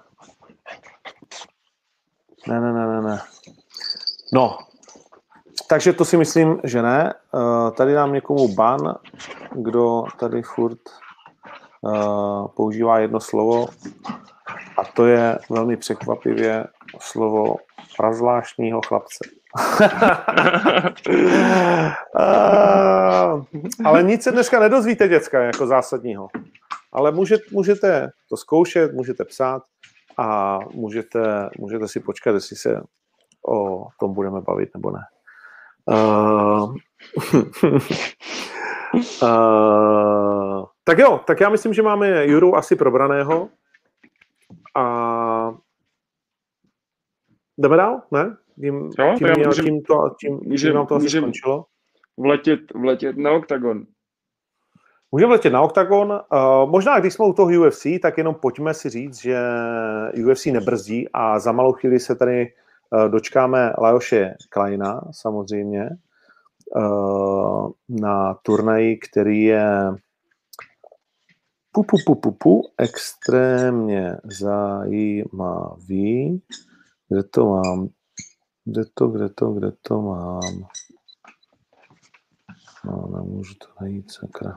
Ne, ne, ne, ne, ne. No, takže to si myslím, že ne. Uh, tady dám někomu ban, kdo tady furt uh, používá jedno slovo a to je velmi překvapivě slovo prazvláštního chlapce. uh, ale nic se dneska nedozvíte, děcka, jako zásadního. Ale můžete, můžete to zkoušet, můžete psát a můžete, můžete si počkat, jestli se o tom budeme bavit nebo ne. Uh, uh, tak jo, tak já myslím, že máme Juru asi probraného a jdeme dál, ne? Tím, jo, tím, tím, můžem, tím, to, tím, můžem, tím nám to asi skončilo. Vletět, vletět na OKTAGON. Můžeme vletět na OKTAGON. Uh, možná, když jsme u toho U F C, tak jenom pojďme si říct, že U F C nebrzdí a za malou chvíli se tady uh, dočkáme Lajoše Kleina, samozřejmě, uh, na turnaji, který je pu, pu, pu, pu, pu, extrémně zajímavý. Kde to mám? Kde to, kde to, kde to mám? No, nemůžu to najít, sakra.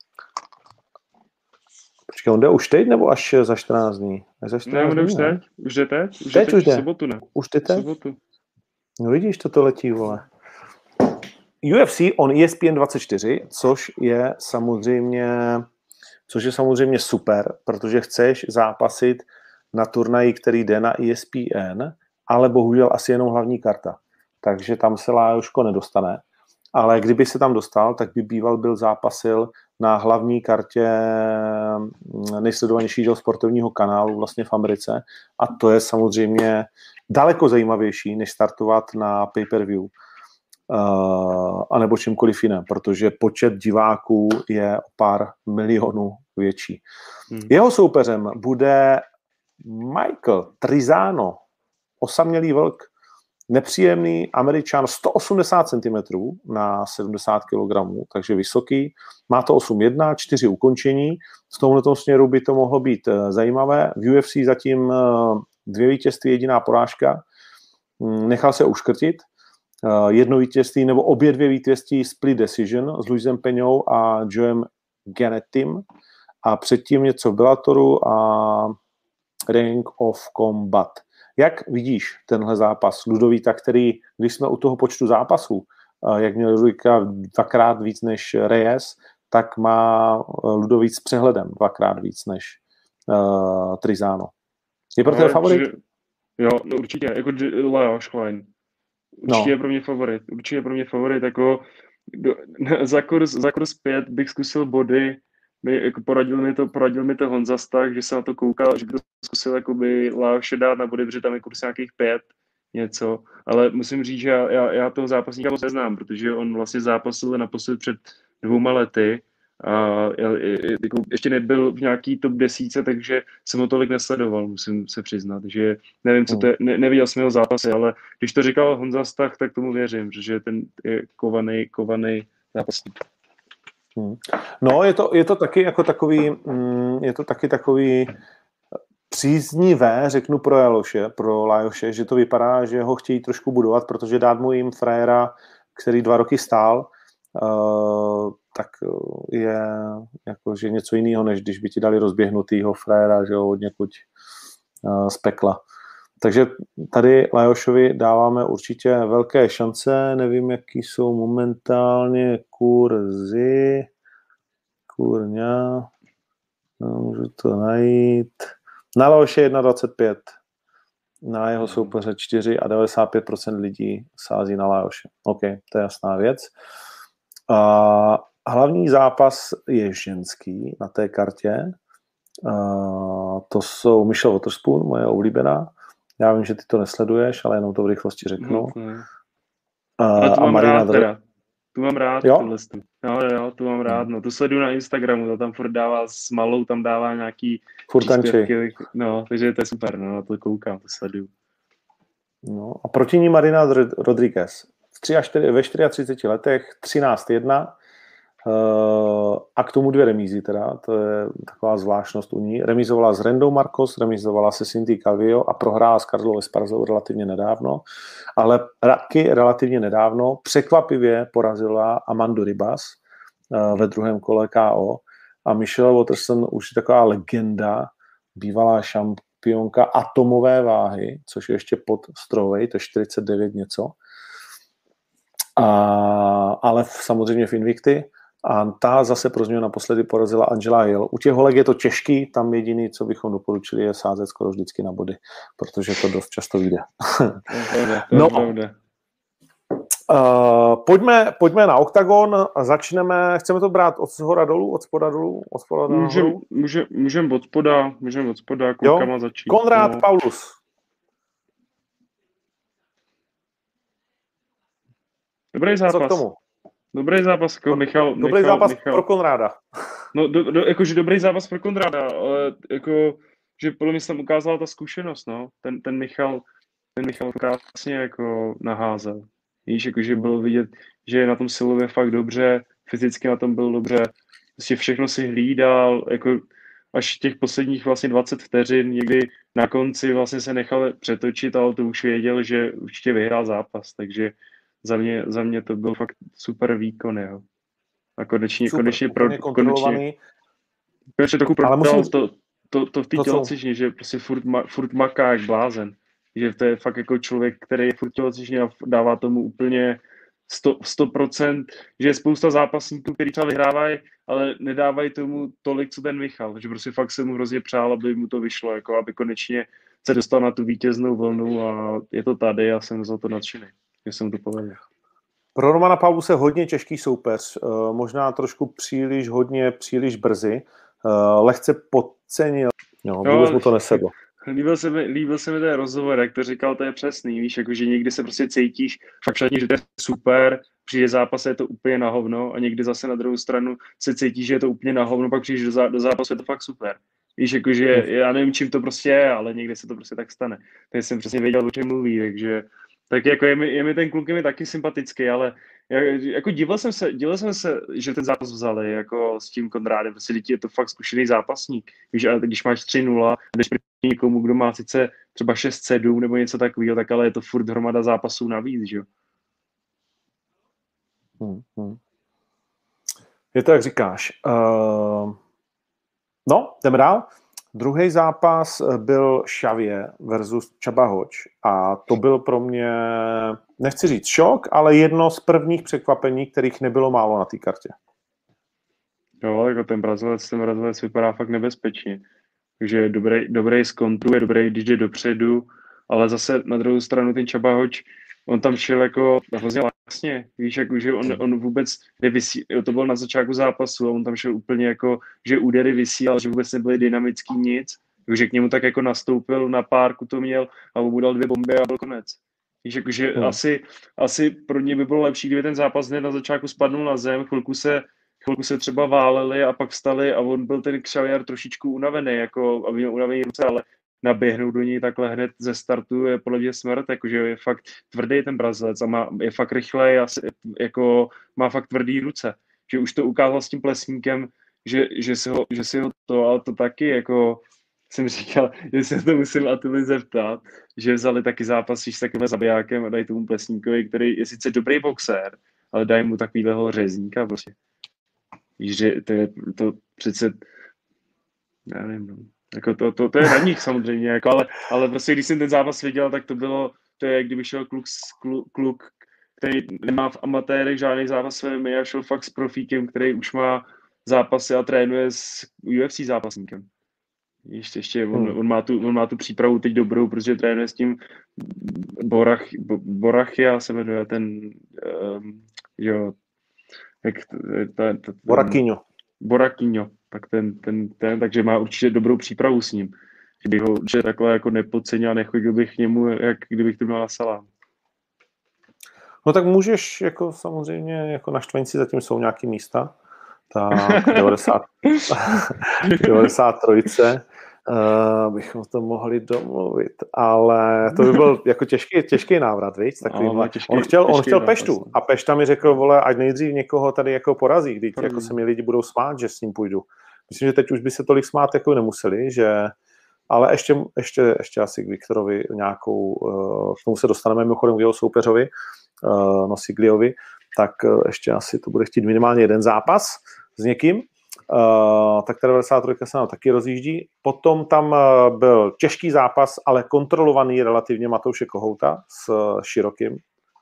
Počkej, on jde už teď, nebo až za čtrnáct dní? Za čtrnáct ne, on už teď. Už jde teď? Už teď, teď už jde. V sobotu, ne? Už jde teď? V sobotu. No vidíš, toto letí, vole. U F C on E S P N dvacet čtyři, což je samozřejmě, což je samozřejmě super, protože chceš zápasit na turnaji, který jde na E S P N, ale bohužel asi jenom hlavní karta. Takže tam se Lájoško nedostane. Ale kdyby se tam dostal, tak by býval byl zápasil na hlavní kartě nejsledovanějšího sportovního kanálu vlastně v Americe. A to je samozřejmě daleko zajímavější, než startovat na pay-per-view uh, anebo čímkoliv jiném, protože počet diváků je o pár milionů větší. Hmm. Jeho soupeřem bude Michael Trizano, osamělý vlk, nepříjemný Američan, sto osmdesát centimetrů na sedmdesát kilogramů, takže vysoký. Má to osm jedna, čtyři ukončení. V tomto směru by to mohlo být zajímavé. V U F C zatím dvě vítězství, jediná porážka. Nechal se uškrtit. Jedno vítězství nebo obě dvě vítězství split decision s Luisem Peňou a Joem Ganettim. A předtím něco v Bellatoru a Ring of Combat. Jak vidíš tenhle zápas Ludovíta, který, když jsme u toho počtu zápasů, jak měl Ludvíka dvakrát víc než Reyes, tak má Ludovít s přehledem dvakrát víc než uh, Trizano. Je pro tebe favorit? Že, jo, no určitě, jako Lajoš Klein. Určitě no. je pro mě favorit. Určitě je pro mě favorit, jako do, za, kurz, za kurz pět bych zkusil body, by, jako poradil, mi to, poradil mi to Honza Stach, že se na to koukal, že by to zkusil jakoby Lajoše dát na body, protože tam je kurz nějakých pět, něco, ale musím říct, že já, já, já toho zápasníka moc neznám, protože on vlastně zápasil naposled před dvouma lety A já, jako, ještě nebyl v nějaký top desíce, takže jsem ho tolik nesledoval, musím se přiznat, že nevím, co to je, ne, neviděl jsem jeho zápasy, ale když to říkal Honza Stach, tak tomu věřím, že ten je kovaný, kovaný zápasník. Hmm. No, je to, je to taky jako takový, mm, je to taky takový příznivé, řeknu pro Jaloše, pro Lajoše, že to vypadá, že ho chtějí trošku budovat, protože dát mu jim frajera, který dva roky stál, uh, tak je jakože něco jiného, než když by ti dali rozběhnutýho frajera, že ho od někud uh, z pekla. Takže tady Lajošovi dáváme určitě velké šance, nevím, jaký jsou momentálně kurzy, kurňa, no, můžu to najít. Na Lajoše jedna dvacet pět, na jeho soupeře čtyři a devadesát pět procent lidí sází na Lajoše. OK, to je jasná věc. A hlavní zápas je ženský na té kartě. A to jsou Michelle Waterspoon, moje oblíbená. Já vím, že ty to nesleduješ, ale jenom to v rychlosti řeknu. No, a, a tu a mám Marina rád Dr- teda. Tu mám rád. Jo? Tohle. Jo, jo, tu mám rád. No, tu sleduju na Instagramu, to tam furt dává s malou, tam dává nějaký příspěvky. No, takže to je super, no, na to koukám, to sleduju. No, a proti ní Marina Rodriguez. V tři a čtyři, ve třiceti čtyřech letech třináct jedna uh, a k tomu dvě remízy teda, to je taková zvláštnost u ní. Remizovala s Rendou Marcos, remizovala se Cindy Calvillo a prohrála s Carlou Esparzou relativně nedávno, ale taky relativně nedávno překvapivě porazila Amandu Ribas uh, ve druhém kole K O a Michelle Waterson už je taková legenda, bývalá šampionka atomové váhy, což je ještě pod strovej, to je čtyřicet devět něco. A, ale v, samozřejmě v Invicti. A ta zase pro změnu naposledy porazila Angela Hill. U těch holek je to těžký, tam jediný, co bychom doporučili, je sázet skoro vždycky na body, protože to dost často vyjde. No, uh, pojďme, pojďme na OKTAGON a začneme, chceme to brát od shora dolů, od spoda dolů, od spoda dolů? Můžeme můžem, můžem od spoda, můžem od spoda, klukama začít. Konrad no. Paulus. Dobrý zápas. Co k tomu? Dobrý zápas, jako Michal. Dobrý Michal, zápas Michal. pro Konráda. No, do, do, jakože dobrý zápas pro Konráda, ale jako, že podle mě se tam ukázala ta zkušenost, no. Ten, ten Michal, ten Michal krásně jako naházel. Víš, jakože bylo vidět, že je na tom silově fakt dobře, fyzicky na tom byl dobře, prostě všechno si hlídal, jako až těch posledních vlastně dvacet vteřin, někdy na konci vlastně se nechal přetočit, ale to už věděl, že určitě vyhrál zápas, takže za mě, za mě to byl fakt super výkon, jo. A konečně, super, konečně, pro, konečně, konečně trochu prodal musím... to, to, to v té tělocvičně, že prostě furt, ma, furt maká jak blázen. Že to je fakt jako člověk, který je furt tělocvičně a dává tomu úplně sto procent, že je spousta zápasníků, kteří třeba vyhrávají, ale nedávají tomu tolik, co ten Michal. Že prostě fakt se mu hrozně přál, aby mu to vyšlo, jako aby konečně se dostal na tu vítěznou vlnu a je to tady a jsem za to nadšený, že jsem to povedl. Pro Romana Pauluse hodně těžký soupeř, možná trošku příliš hodně, příliš brzy, lehce podcenil, no, vůbec mu to nesedlo. Líbil se mi, líbil se mi ten rozhovor, jak to říkal, to je přesný, víš, jakože někdy se prostě cítíš fakt šatně, že to je super, přijde zápas, je to úplně na hovno a někdy zase na druhou stranu se cítíš, že je to úplně na hovno, pak přijdeš do, zá, do zápasu, je to fakt super. Víš, jakože já nevím, čím to prostě je, ale někdy se to prostě tak stane. Takže jsem přesně věděl, o čem mluví, takže tak jako je mi, je mi ten kluk je mi taky sympatický, ale jako divil jsem se, divil jsem se, že ten zápas vzali jako s tím Konrádem, prostě je to fakt zkušený zápasník. Víš, ale když máš tři nula, jdeš proti někomu, kdo má sice třeba šest sedm nebo něco takového, tak ale je to furt hromada zápasů navíc, že jo. Hmm, hmm. Je to, jak říkáš. Uh, no, jdeme dál. Druhý zápas byl Xavier versus Csaba Hodge a to byl pro mě, nechci říct šok, ale jedno z prvních překvapení, kterých nebylo málo na té kartě. Jo, jako ten Brazilec, ten Brazilec vypadá fakt nebezpečně. Takže je dobrý, dobrý z kontru, je dobrý, když jde dopředu, ale zase na druhou stranu ten Csaba Hodge, on tam šel jako hrozně vlastně, víš, jako, že on, on vůbec nevysí, to bylo na začátku zápasu a on tam šel úplně jako, že údery vysílal, že vůbec nebyly dynamický nic, takže k němu tak jako nastoupil, na párku to měl a mu dal dvě bomby a byl konec. Víš, jako, že hmm. asi, asi pro ně by bylo lepší, kdyby ten zápas hned na začátku spadnul na zem, chvilku se, chvilku se třeba váleli a pak vstali a on byl ten Xavier trošičku unavený, jako, aby měl unavený ruce, ale naběhnout do něj takhle hned ze startu je podle mě smrt, jakože je fakt tvrdý ten Brazilec a má, je fakt rychlej a jako má fakt tvrdý ruce. Že už to ukázal s tím Plesníkem, že, že, si ho, že si ho to, ale to taky jako jsem říkal, že se to musím Atily zeptat, že vzali taky zápasíš s takovým zabijákem a dají tomu Plesníkovi, který je sice dobrý boxér, ale dají mu takovýhleho řezníka prostě. Víš, že to je to přece, já nevím, no. Jako to, to, to je na nich samozřejmě, jako, ale, ale prostě když jsem ten zápas viděl, tak to bylo, to je, kdyby šel kluk, kluk, kluk který nemá v amatérech žádný zápas s M M A a šel fakt s profíkem, který už má zápasy a trénuje s U F C zápasníkem. Ještě, ještě on, on, má tu, on má tu přípravu teď dobrou, protože trénuje s tím Borach, Borachia se jmenuje ten, um, jo, jak ta, ta, Borakyňo. Borakyňo, tak ten, ten, ten, takže má určitě dobrou přípravu s ním. Kdybych ho určitě takhle jako nepodcenil a nechodil bych k němu, jak kdybych to měl na salám. No tak můžeš, jako samozřejmě, jako na Štvenci zatím jsou nějaký místa, tak devadesát, devadesát tři uh, bychom to mohli domluvit, ale to by byl jako těžký, těžký návrat, víc? No, těžký, on chtěl, on chtěl návrat, Peštu asi. A Pešta mi řekl, vole, ať nejdřív někoho tady jako porazí, když jako se mi lidi budou smát, že s ním půjdu. Myslím, že teď už by se tolik smát jako nemuseli, že ale ještě, ještě, ještě asi k Viktorovi nějakou, uh, k tomu se dostaneme mimochodem k jeho soupeřovi, uh, Nosigliovi, tak uh, ještě asi to bude chtít minimálně jeden zápas s někým, uh, tak ta devadesát tři se nám taky rozjíždí. Potom tam uh, byl těžký zápas, ale kontrolovaný relativně Matouše Kohouta s uh, Širokým.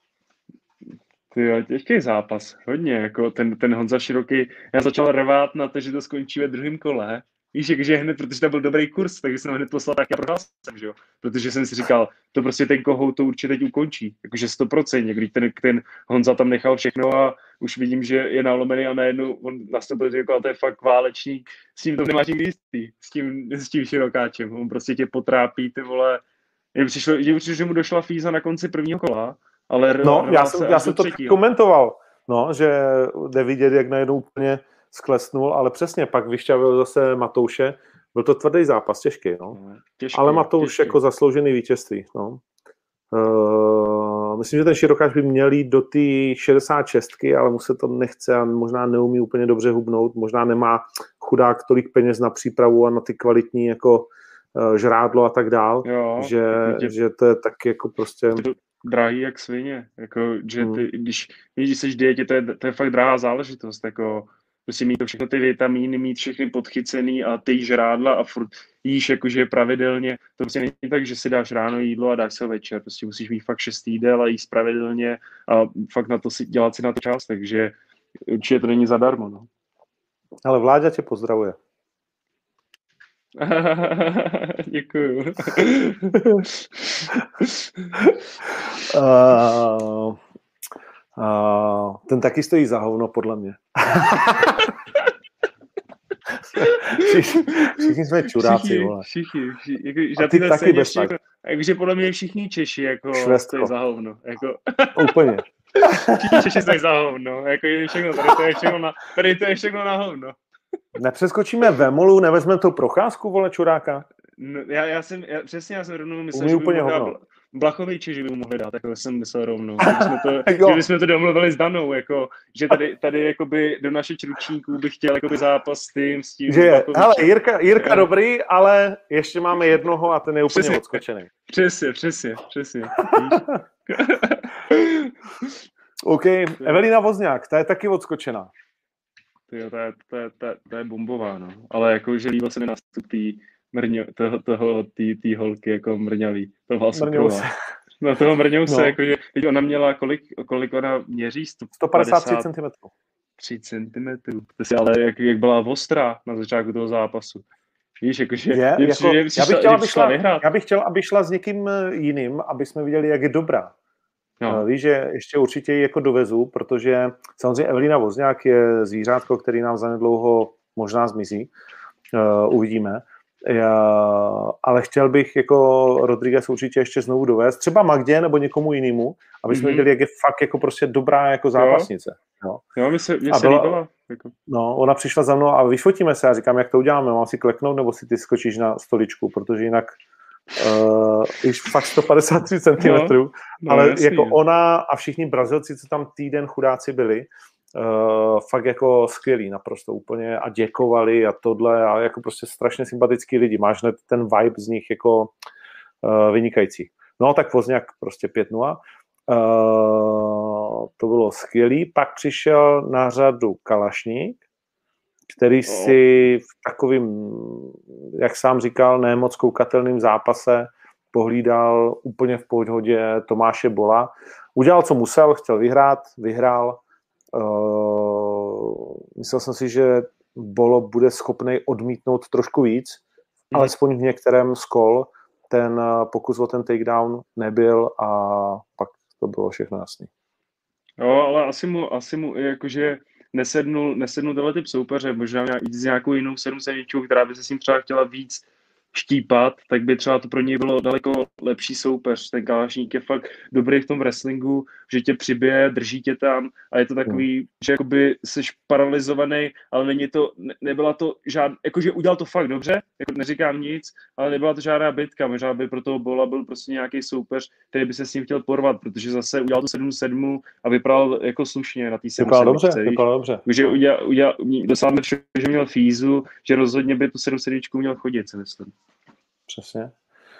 Tyjo, těžký zápas, hodně, jako ten, ten Honza Široký, já začal rvát na to, že to skončí ve druhém kole. Víš, že hned, protože to byl dobrý kurz, takže jsem hned poslal tak a prohrál jsem, že jo? Protože jsem si říkal, to prostě ten Kohout to určitě teď ukončí, jakože sto procent, když ten, ten Honza tam nechal všechno a už vidím, že je nalomený a najednou on nastoupil, že jako, to je fakt válečník, s tím to nemáš nikdy jistý, s tím, s tím Širokáčem, on prostě tě potrápí, ty vole, mně přišlo, přišlo, že mu došla fíza na konci prvního kola, ale no, já jsem, já jsem to komentoval, no, že jde vidět, jak najednou úplně sklesnul, ale přesně, pak vyšťavil zase Matouše. Byl to tvrdý zápas, těžký, no. Těžký, ale Matouš těžký. Jako zasloužený vítězství, no. Uh, myslím, že ten Širokáč by měl jít do té šedesát šest, ale mu se to nechce a možná neumí úplně dobře hubnout, možná nemá chudák tolik peněz na přípravu a na ty kvalitní jako uh, žrádlo a tak dál, jo, že, tě... že to je tak jako prostě... drahý jak svině, jako, že ty, hmm. když, když jsi v dietě, to je, to je fakt drahá záležitost, jako prostě mít to všechno ty vitamíny, mít všechny podchycený a ty žrádla a furt jíš jakože pravidelně. To prostě není tak, že si dáš ráno jídlo a dáš se večer. Prostě musíš mít fakt šest jídel a jíst pravidelně a fakt na to si, dělat si na to čas, takže určitě to není zadarmo. No. Ale Vláďa tě pozdravuje. Děkuju. uh... Uh, ten taky stojí za hovno, podle mě. všichni, všichni jsme čuráci, všichni, vole. Všichni, všichni. Jako, a ty taky bez jako, jakože podle mě všichni Češi, jako, stojí za hovno. Jako. Úplně. Všichni Češi stojí za hovno. Jako je všechno, tady to je všechno na, tady to je všechno na hovno. Nepřeskočíme Vemolu, nevezmeme tu procházku, vole, čuráka? No, já, já jsem, já, přesně já jsem rovnou myslel, Umí že úplně by hovno. Blachoviči, že by mu mohli dát, jako jsem myslel rovnou. Jsme to, že bychom to domluvili s Danou, jako, že tady, tady jakoby, do našich ručníků bych chtěl jakoby, zápas s tím, s tím. Že, hele, Jirka, Jirka dobrý, ale ještě máme jednoho a ten je úplně přesně, odskočený. Přesně, přesně, přesně. OK, Evelina Vozňák, ta je taky odskočená. Tyjo, to je, to je, to je, to je bombová, no. Ale jako, že líbil se mi nástup tý mrňo, toho, toho, tý, tý holky, jako mrňavý. To byla superová. Na toho mrňouse, no. Jakože, teď ona měla, kolik, kolik ona měří? sto padesát tři centimetrů. tři centimetrů. To si ale, jak, jak byla ostrá na začátku toho zápasu. Víš, jakože... Je, je, jako, je, já, bych chtěl, aby šla, já bych chtěl, aby šla s někým jiným, aby jsme viděli, jak je dobrá. No. Víš, že ještě určitě ji jako dovezu, protože samozřejmě Evelina Vozňák je zvířátko, který nám zanedlouho možná zmizí. Uh, uvidíme. Já, ale chtěl bych jako Rodriguez určitě ještě znovu dovést, třeba Magdě nebo někomu jinému, aby jsme mm-hmm. viděli, jak je fakt jako prostě dobrá jako zápasnice. Jo, jo mě se, mě se byla, líbila. Jako. No, ona přišla za mnou a vyfotíme se a říkám, jak to uděláme, mám si kleknout nebo si ty skočíš na stoličku, protože jinak uh, již fakt sto padesát tři centimetrů, no, no, ale jasný, jako ona a všichni Brazilci, co tam týden chudáci byli, Uh, fakt jako skvělý naprosto úplně a děkovali a tohle a jako prostě strašně sympatický lidi. Máš hned ten vibe z nich jako uh, vynikající. No tak Wozniak prostě pět nula. Uh, to bylo skvělý. Pak přišel na řadu Kalašník, který si v takovým, jak sám říkal, ne moc koukatelným zápase pohlídal úplně v pohodě Tomáše Bola. Udělal, co musel, chtěl vyhrát, vyhrál. Uh, myslel jsem si, že Bolo bude schopný odmítnout trošku víc, mm. alespoň v některém z kol ten pokus o ten takedown nebyl a pak to bylo všechno jasný. Jo, ale asi mu, asi mu jakože nesednul, nesednul tenhle typ soupeře, možná jít s nějakou jinou sedm sedmičkou, která by se s ním třeba chtěla víc štípat, tak by třeba to pro něj bylo daleko lepší soupeř. Ten Kalašník je fakt dobrý v tom wrestlingu, že tě přibije, drží tě tam a je to takový, hmm. že jakoby jsi paralizovaný, ale není to, ne, nebyla to žádná, jakože udělal to fakt dobře, jako neříkám nic, ale nebyla to žádná bitka, možná by pro toho Bola byl prostě nějaký soupeř, který by se s ním chtěl porvat, protože zase udělal to sedm sedm a vypadal jako slušně na té sedm sedm. Vypadal dobře, vypadal dobře. Takže udělal, udělal, dosáhne všeho, že měl fízu, že rozhodně by tu sedm sedm měl chodit, si myslím. Přesně.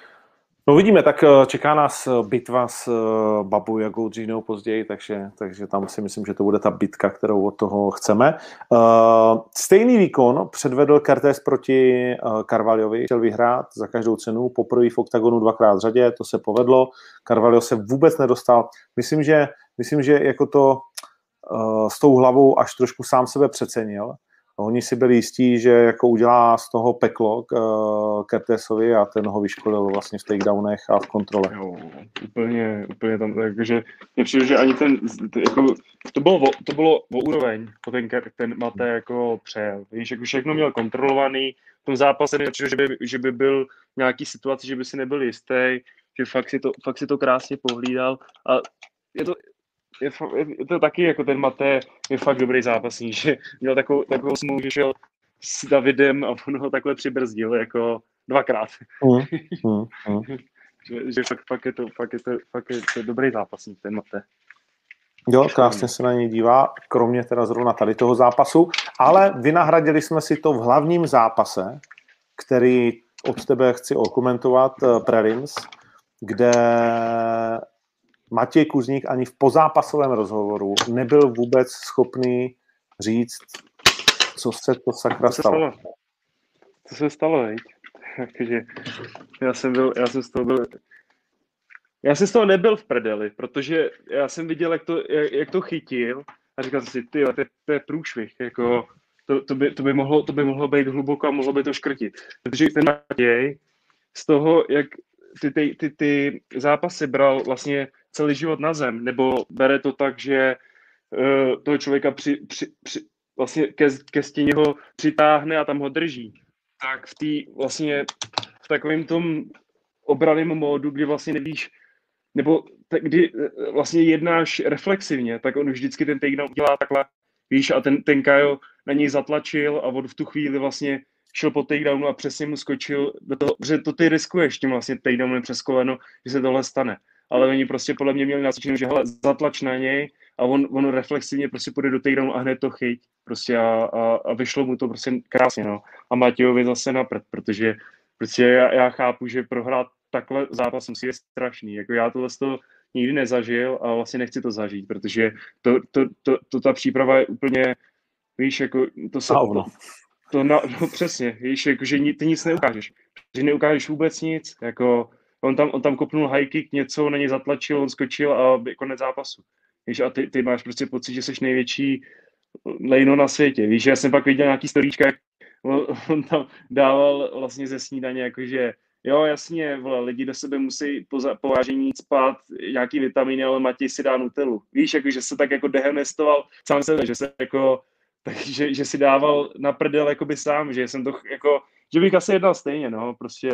No vidíme, tak čeká nás bitva s Babu Jagou dřív později, takže, takže tam si myslím, že to bude ta bitka, kterou od toho chceme. Uh, stejný výkon předvedl Kertész proti uh, Carvalhovi, chtěl vyhrát za každou cenu, poprvé v oktagonu dvakrát v řadě, to se povedlo, Carvalho se vůbec nedostal. Myslím, že, myslím, že jako to uh, s tou hlavou až trošku sám sebe přecenil. Oni si byli jistí, že jako udělá z toho peklo k uh, Kertésovi a ten ho vyškolil vlastně v takedownech a v kontrole. Jo, úplně, úplně tam, takže mě přijde, že ani ten, jako, to bylo, to bylo o úroveň, to ten, ten Mate jako přejel. Víš, jako všechno měl kontrolovaný, v tom zápase nepřijde, že by, že by byl v nějaký situaci, že by si nebyl jistý, že fakt si to, fakt si to krásně pohlídal a je to, Je, je to taky jako ten Mate je fakt dobrý zápasník, že měl takovou, takovou smlouvu, že šel s Davidem a on ho takhle přibrzdil jako dvakrát. Mm, mm, mm. že, že fakt, fakt, je to, fakt, je to, fakt je to dobrý zápasník ten Mate. Jo, krásně se na něj dívá, kromě teda zrovna tady toho zápasu, ale vynahradili jsme si to v hlavním zápase, který od tebe chci okomentovat, prelims, kde Matěj Kuzník ani v pozápasovém rozhovoru nebyl vůbec schopný říct, co se to sakra stalo. Co se stalo, veď? Takže já jsem byl, já jsem z toho byl, já jsem z toho nebyl v prdeli, protože já jsem viděl, jak to, jak, jak to chytil a říkal jsem si, ty, to je, to je průšvih, jako to, to, by, to, by mohlo, to by mohlo být hluboko a mohlo by to škrtit. Protože ten Matěj z toho, jak ty, ty, ty, ty zápasy bral vlastně celý život na zem, nebo bere to tak, že uh, toho člověka při, při, při, vlastně ke, ke stěně ho přitáhne a tam ho drží. Tak v té vlastně v takovém tom obranném módu, kdy vlastně nevíš, nebo tak, kdy vlastně jednáš reflexivně, tak on vždycky ten takedown udělá takhle, víš, a ten, ten Kajo na něj zatlačil a on v tu chvíli vlastně šel po takedownu a přesně mu skočil do toho, že to ty riskuješ tím vlastně takedownem přes koleno, že se tohle stane. Ale oni prostě podle mě měli nacvičeno, že hele, zatlač na něj a on, on reflexivně prostě půjde do takedownu a hned to chyť. Prostě a, a, a vyšlo mu to prostě krásně, no. A Matějovi zase na prd, protože, protože já, já chápu, že prohrát takhle zápas musí je strašný. Jako já tohle to nikdy nezažil a vlastně nechci to zažít, protože to, to, to, to ta příprava je úplně, víš, jako to se... To, to na, no přesně, víš, jako, že ty nic neukážeš. Že neukážeš vůbec nic, jako on tam, on tam kopnul high kick, něco na něj zatlačil, on skočil a konec zápasu. Víš, a ty, ty máš prostě pocit, že jsi největší lejno na světě. Víš, já jsem pak viděl nějaký storíčka, jak on, on tam dával vlastně ze snídaně, jakože jo, jasně, vole, lidi do sebe musí po, po vážení spát nějaký vitamíny, ale Matěj si dá Nutellu. Víš, jakože se tak jako dehonestoval sám sebe, že se jako takže že si dával na prdel jakoby sám, že jsem to jako, že bych asi jednal stejně, no, prostě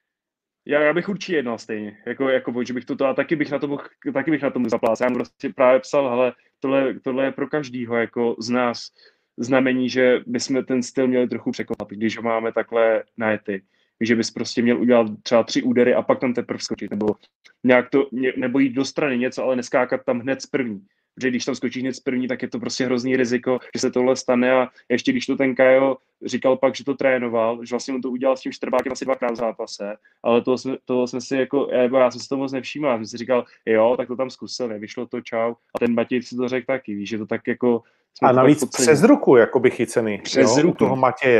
já, já bych určitě jednal stejně, jako, jako že bych to, a taky bych na to mohl, taky bych na tomu zaplácal. Já mu prostě právě psal, hele, tohle, tohle je pro každýho, jako z nás znamení, že bychom ten styl měli trochu překopat, když ho máme takhle najetý. Že bys prostě měl udělat třeba tři údery a pak tam teprve skočit, nebo nějak to, nebo jít do strany něco, ale neskákat tam hned z první. Protože když tam skočíš hned z první, tak je to prostě hrozný riziko, že se tohle stane a ještě když to ten Kajo říkal pak, že to trénoval, že vlastně on to udělal s tím Štrbákem asi dvakrát v zápase, ale toho jsme, toho jsme si jako, já, já jsem si to moc nevšímal, já jsem si říkal, jo, tak to tam zkusil, nevyšlo to, čau. A ten Matěj si to řekl taky, víš, že to tak jako... A navíc přes ruku, jakoby chycený. Přes jo, ruku. Toho Matěje.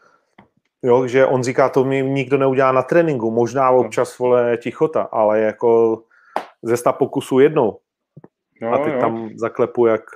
Jo, že on říká, to mi nikdo neudělá na tréninku, možná občas, vole, tichota, ale jako ze sta pokusů jednou. Jo, a teď jo. tam zaklepu jak...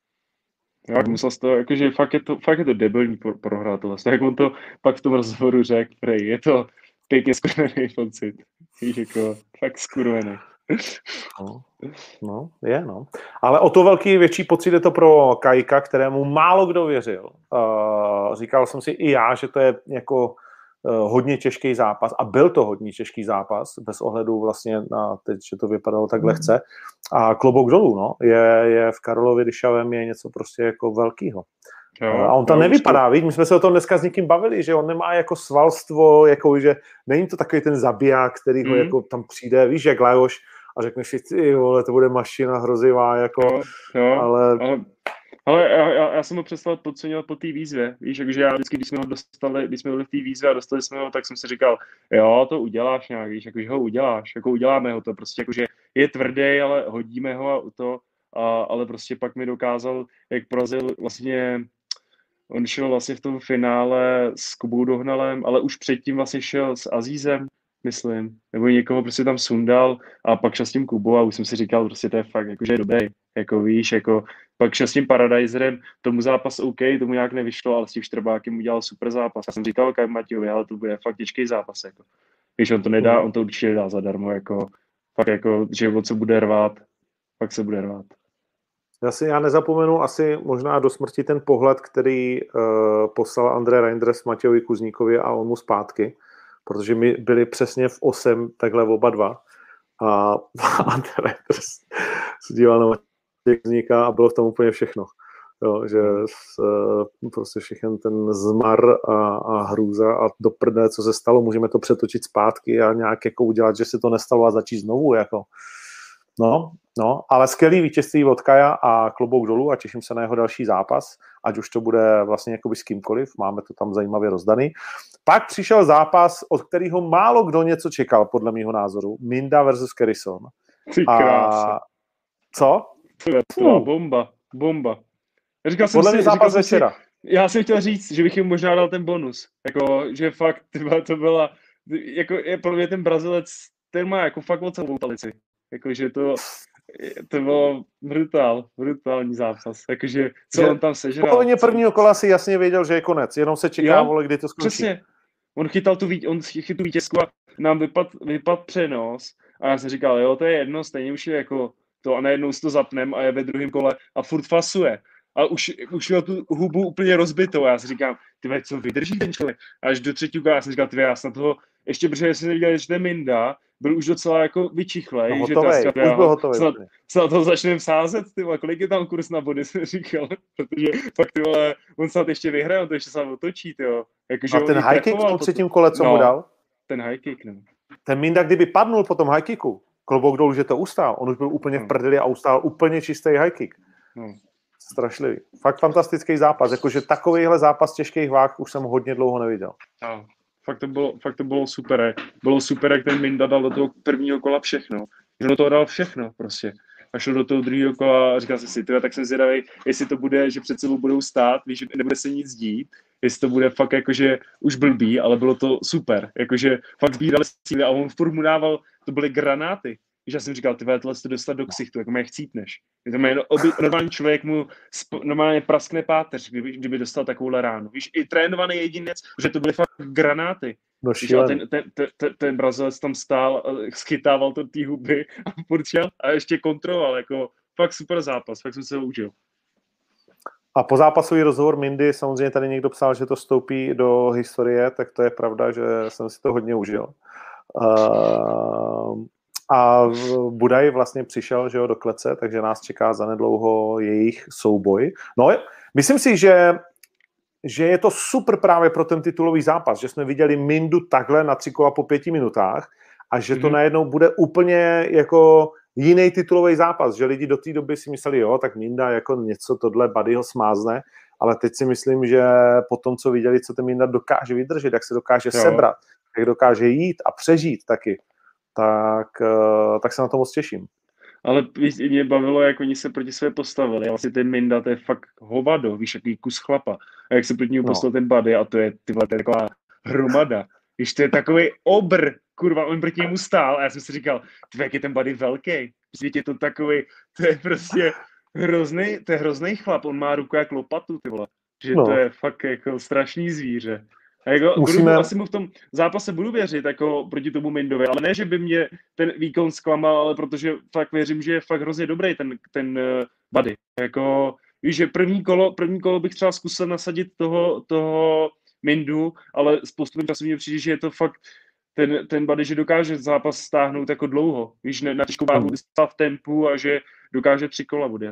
Jo, musel z toho, jakože fakt je to, fakt je to debilní pro, prohrát tohle. Jak on to pak v tom rozhovoru řekl, prej, je to pěkně skurvený pocit. Víš, jako fakt skurvený. No, no, je, no. Ale o to velký, větší pocit je to pro Kajka, kterému málo kdo věřil. Uh, říkal jsem si i já, že to je jako uh, hodně těžký zápas a byl to hodně těžký zápas, bez ohledu vlastně na teď, že to vypadalo tak lehce. A klobouk dolů, no, je, je v Karlově Dyšavem je něco prostě jako velkýho. Jo, a on tam nevypadá, to... víš, my jsme se o tom dneska s někým bavili, že on nemá jako svalstvo, jako, že není to takový ten zabiják, který ho mm. jako tam přijde, víš, jak Lajoš a řekneš si, ty vole, to bude mašina hrozivá, jako, jo, jo, ale... ale... Ale já, já, já jsem ho přestal podceňovat po té výzvě, víš, takže já vždycky, když jsme ho dostali, když jsme byli v té výzvě a dostali jsme ho, tak jsem si říkal, jo, to uděláš nějak, víš, jakože ho uděláš, jako uděláme ho to, prostě jakože je tvrdý, ale hodíme ho a to, a, ale prostě pak mi dokázal, jak porazil vlastně, on šel vlastně v tom finále s Kubou Dohnalem, ale už předtím vlastně šel s Azízem, myslím, nebo někoho prostě tam sundal a pak šel s tím Kubou a už jsem si říkal, prostě to je fakt, jakože je dobrý, jako víš, jako pak šel s tím Paradizerem, tomu zápas OK, tomu nějak nevyšlo, ale s tím Štrbákem udělal super zápas. Já jsem říkal Kaj Matějovi, ale to bude fakt těžký zápas, jako. Když on to nedá, on to určitě nedá zadarmo, jako, fakt jako, že o co bude rvát, pak se bude rvát. Já si já nezapomenu asi možná do smrti ten pohled, který uh, poslal André Reinders Matějovi Kuzníkovi a on mu zpátky, protože my byli přesně v osm takhle oba dva a André Reinders se díval na Matěje Kuzníka a bylo v tom úplně všechno. Jo, že s, prostě všechny ten zmar a, a hrůza a do prdne, co se stalo, můžeme to přetočit zpátky a nějak jako udělat, že se to nestalo a začít znovu, jako. No, no, ale skvělý vítězství od Kaja a klobouk dolů a těším se na jeho další zápas, ať už to bude vlastně jakoby s kýmkoliv, máme to tam zajímavě rozdaný. Pak přišel zápas, od kterého málo kdo něco čekal, podle mýho názoru, Minda versus Kerrison. Ty krása. A... Co? To byla bomba, bomba. Říkal jsem podle si, mě zápas říkal večera. Si, já jsem chtěl říct, že bych jim možná dal ten bonus, jako, že fakt tyba, to byla, jako je pro mě ten Brazilec, ten má jako fakt celou palici. Jakože to, to bylo brutál, brutální zápas. Jakože, co že on tam sežral. V polovině prvního kola si jasně věděl, že je konec, jenom se čeká, vole, kdy to skončí. Přesně. On chytal tu, on chytil tu vítězku a nám vypad, vypad přenos a já jsem říkal, jo, to je jedno, stejně už je jako to a najednou si to zapnem a je ve druhém kole a furt fasuje. A už, už měl tu hubu úplně rozbitou a já si říkám, tyve, co vydrží ten člověk? A až do třetího kola já jsem říkal, tyve, já snad toho, ještě protože jsem neviděl, že to je Minda, byl už docela jako vyčichlej, no, že hotovej, ta už byl hotový. Snad, snad to začneme sázet, ty vole, kolik je tam kurz na body, jsem říkal, protože fakt ty vole, on snad ještě vyhraje, on to ještě sám otočí, ty jo. Jako, a ten high kick v tom třetím kole, co no, mu dal? Ten high kick, no. Ten Minda, kdyby padnul po tom high kicku, klobouk dolů, že to ustál, on už byl úplně v prdeli a ustál úplně čistý high kick. No. Strašlivý. Fakt fantastický zápas, jakože takovýhle zápas těžkých váh už jsem hodně dlouho neviděl. No. Fakt to bylo, fakt to bylo super. Bylo super, jak ten Minda dal do toho prvního kola všechno. Že do toho dal všechno prostě. A šel do toho druhého kola a říkal jsem si, tyhle, tak jsem zvědavý, jestli to bude, že před sebou budou stát, víš, že nebude se nic dít, jestli to bude fakt jakože už blbý, ale bylo to super. Jakože fakt sbírali síly a on furt mu dával, to byly granáty. Víš, já jsem říkal, tyhle, tohle to dostat do ksichtu, jako mě chcípneš. Normální člověk mu sp- normálně praskne páteř, kdyby, kdyby dostal takovouhle ránu. Víš, i trénovaný jedinec, že to byly fakt granáty. No, víš, a ten, ten, ten, ten, ten Brazilec tam stál, schytával to té huby a furt šel a ještě kontroloval, jako fakt super zápas, fakt jsem se ho užil. A po zápasový rozhovor Mindy, samozřejmě tady někdo psal, že to vstoupí do historie, tak to je pravda, že jsem si to hodně užil. Uh, a Budaj vlastně přišel, že jo, do klece, takže nás čeká zanedlouho jejich souboj. No, myslím si, že že je to super právě pro ten titulový zápas, že jsme viděli Mindu takhle na tři kola po pěti minutách a že to mm-hmm. najednou bude úplně jako jiný titulový zápas, že lidi do té doby si mysleli, jo, tak Minda jako něco tohle Buddyho smázne, ale teď si myslím, že po tom, co viděli, co ten Minda dokáže vydržet, jak se dokáže jo. sebrat, jak dokáže jít a přežít taky, tak, tak se na to moc těším. Ale mě bavilo, jak oni se proti své postavili. Vlastně ten Minda, to je fakt hovado, víš, jaký kus chlapa. A jak se proti němu postavil no. ten Buddy, a to je, tyhle, to je taková hromada. Víš, to je takový obr, kurva, on proti němu stál a já jsem si říkal, ty, jak je ten Buddy velký. Víš, je to takový, to je prostě hrozný, to je hrozný chlap, on má ruku jak lopatu, ty vole. Že no. to je fakt jako strašný zvíře. A jako, Musíme... budu, asi mu v tom zápase budu věřit jako proti tomu Mindovi, ale ne, že by mě ten výkon zklamal, ale protože fakt věřím, že je fakt hrozně dobrý ten, ten uh, Buddy. Jako, víš, že první kolo, první kolo bych třeba zkusil nasadit toho, toho Mindu, ale s postupem času mě přijde, že je to fakt ten, ten Buddy, že dokáže zápas stáhnout jako dlouho, víš, na těžkou váhu v tempu a že dokáže tři kola odjet.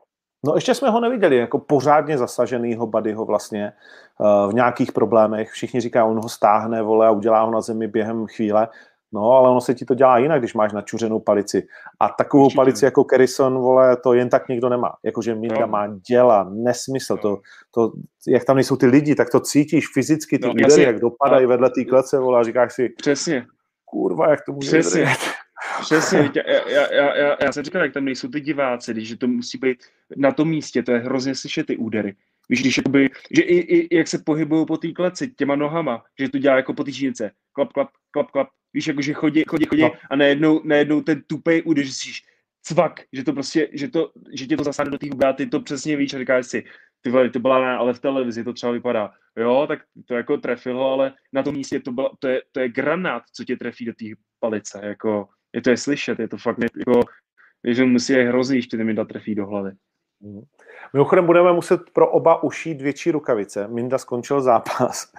No ještě jsme ho neviděli jako pořádně zasaženýho Buddyho vlastně uh, v nějakých problémech. Všichni říkají, on ho stáhne, vole, a udělá ho na zemi během chvíle. No, ale ono se ti to dělá jinak, když máš načuřenou palici. A takovou Určitě. palici jako Kerrison, vole, to jen tak nikdo nemá. Jakože Minda no. má děla, nesmysl. No. To, to, jak tam nejsou ty lidi, tak to cítíš fyzicky, ty no, údery, jak dopadají no. vedle té klece, vole, a říkáš si, Přesně. kurva, jak to může Přesně. Přesně, já, já, já, já, já jsem říkal, jak tam nejsou ty diváci, když to musí být na tom místě, to je hrozně slyšet ty údery. Víš, když jakoby, že i, i jak se pohybují po té kleci těma nohama, že to dělá jako po týčnice, klap, klap, klap, klap, víš, jako že chodí, chodí, chodí no. a najednou, najednou ten tupej úder, že jsi cvak, že to prostě, že, to, že tě to zasáhne do těch huby a ty to přesně víš a říkáš si, ty vole, to byla ne, ale v televizi to třeba vypadá, jo, tak to jako trefilo, ale na tom místě to, byla, to, je, to je granát, co tě trefí do té palice, jako je to je slyšet, je to fakt jako, že musí je hrozný, když ty Minda trefí do hlavy. Mimochodem budeme muset pro oba ušít větší rukavice. Minda skončil zápas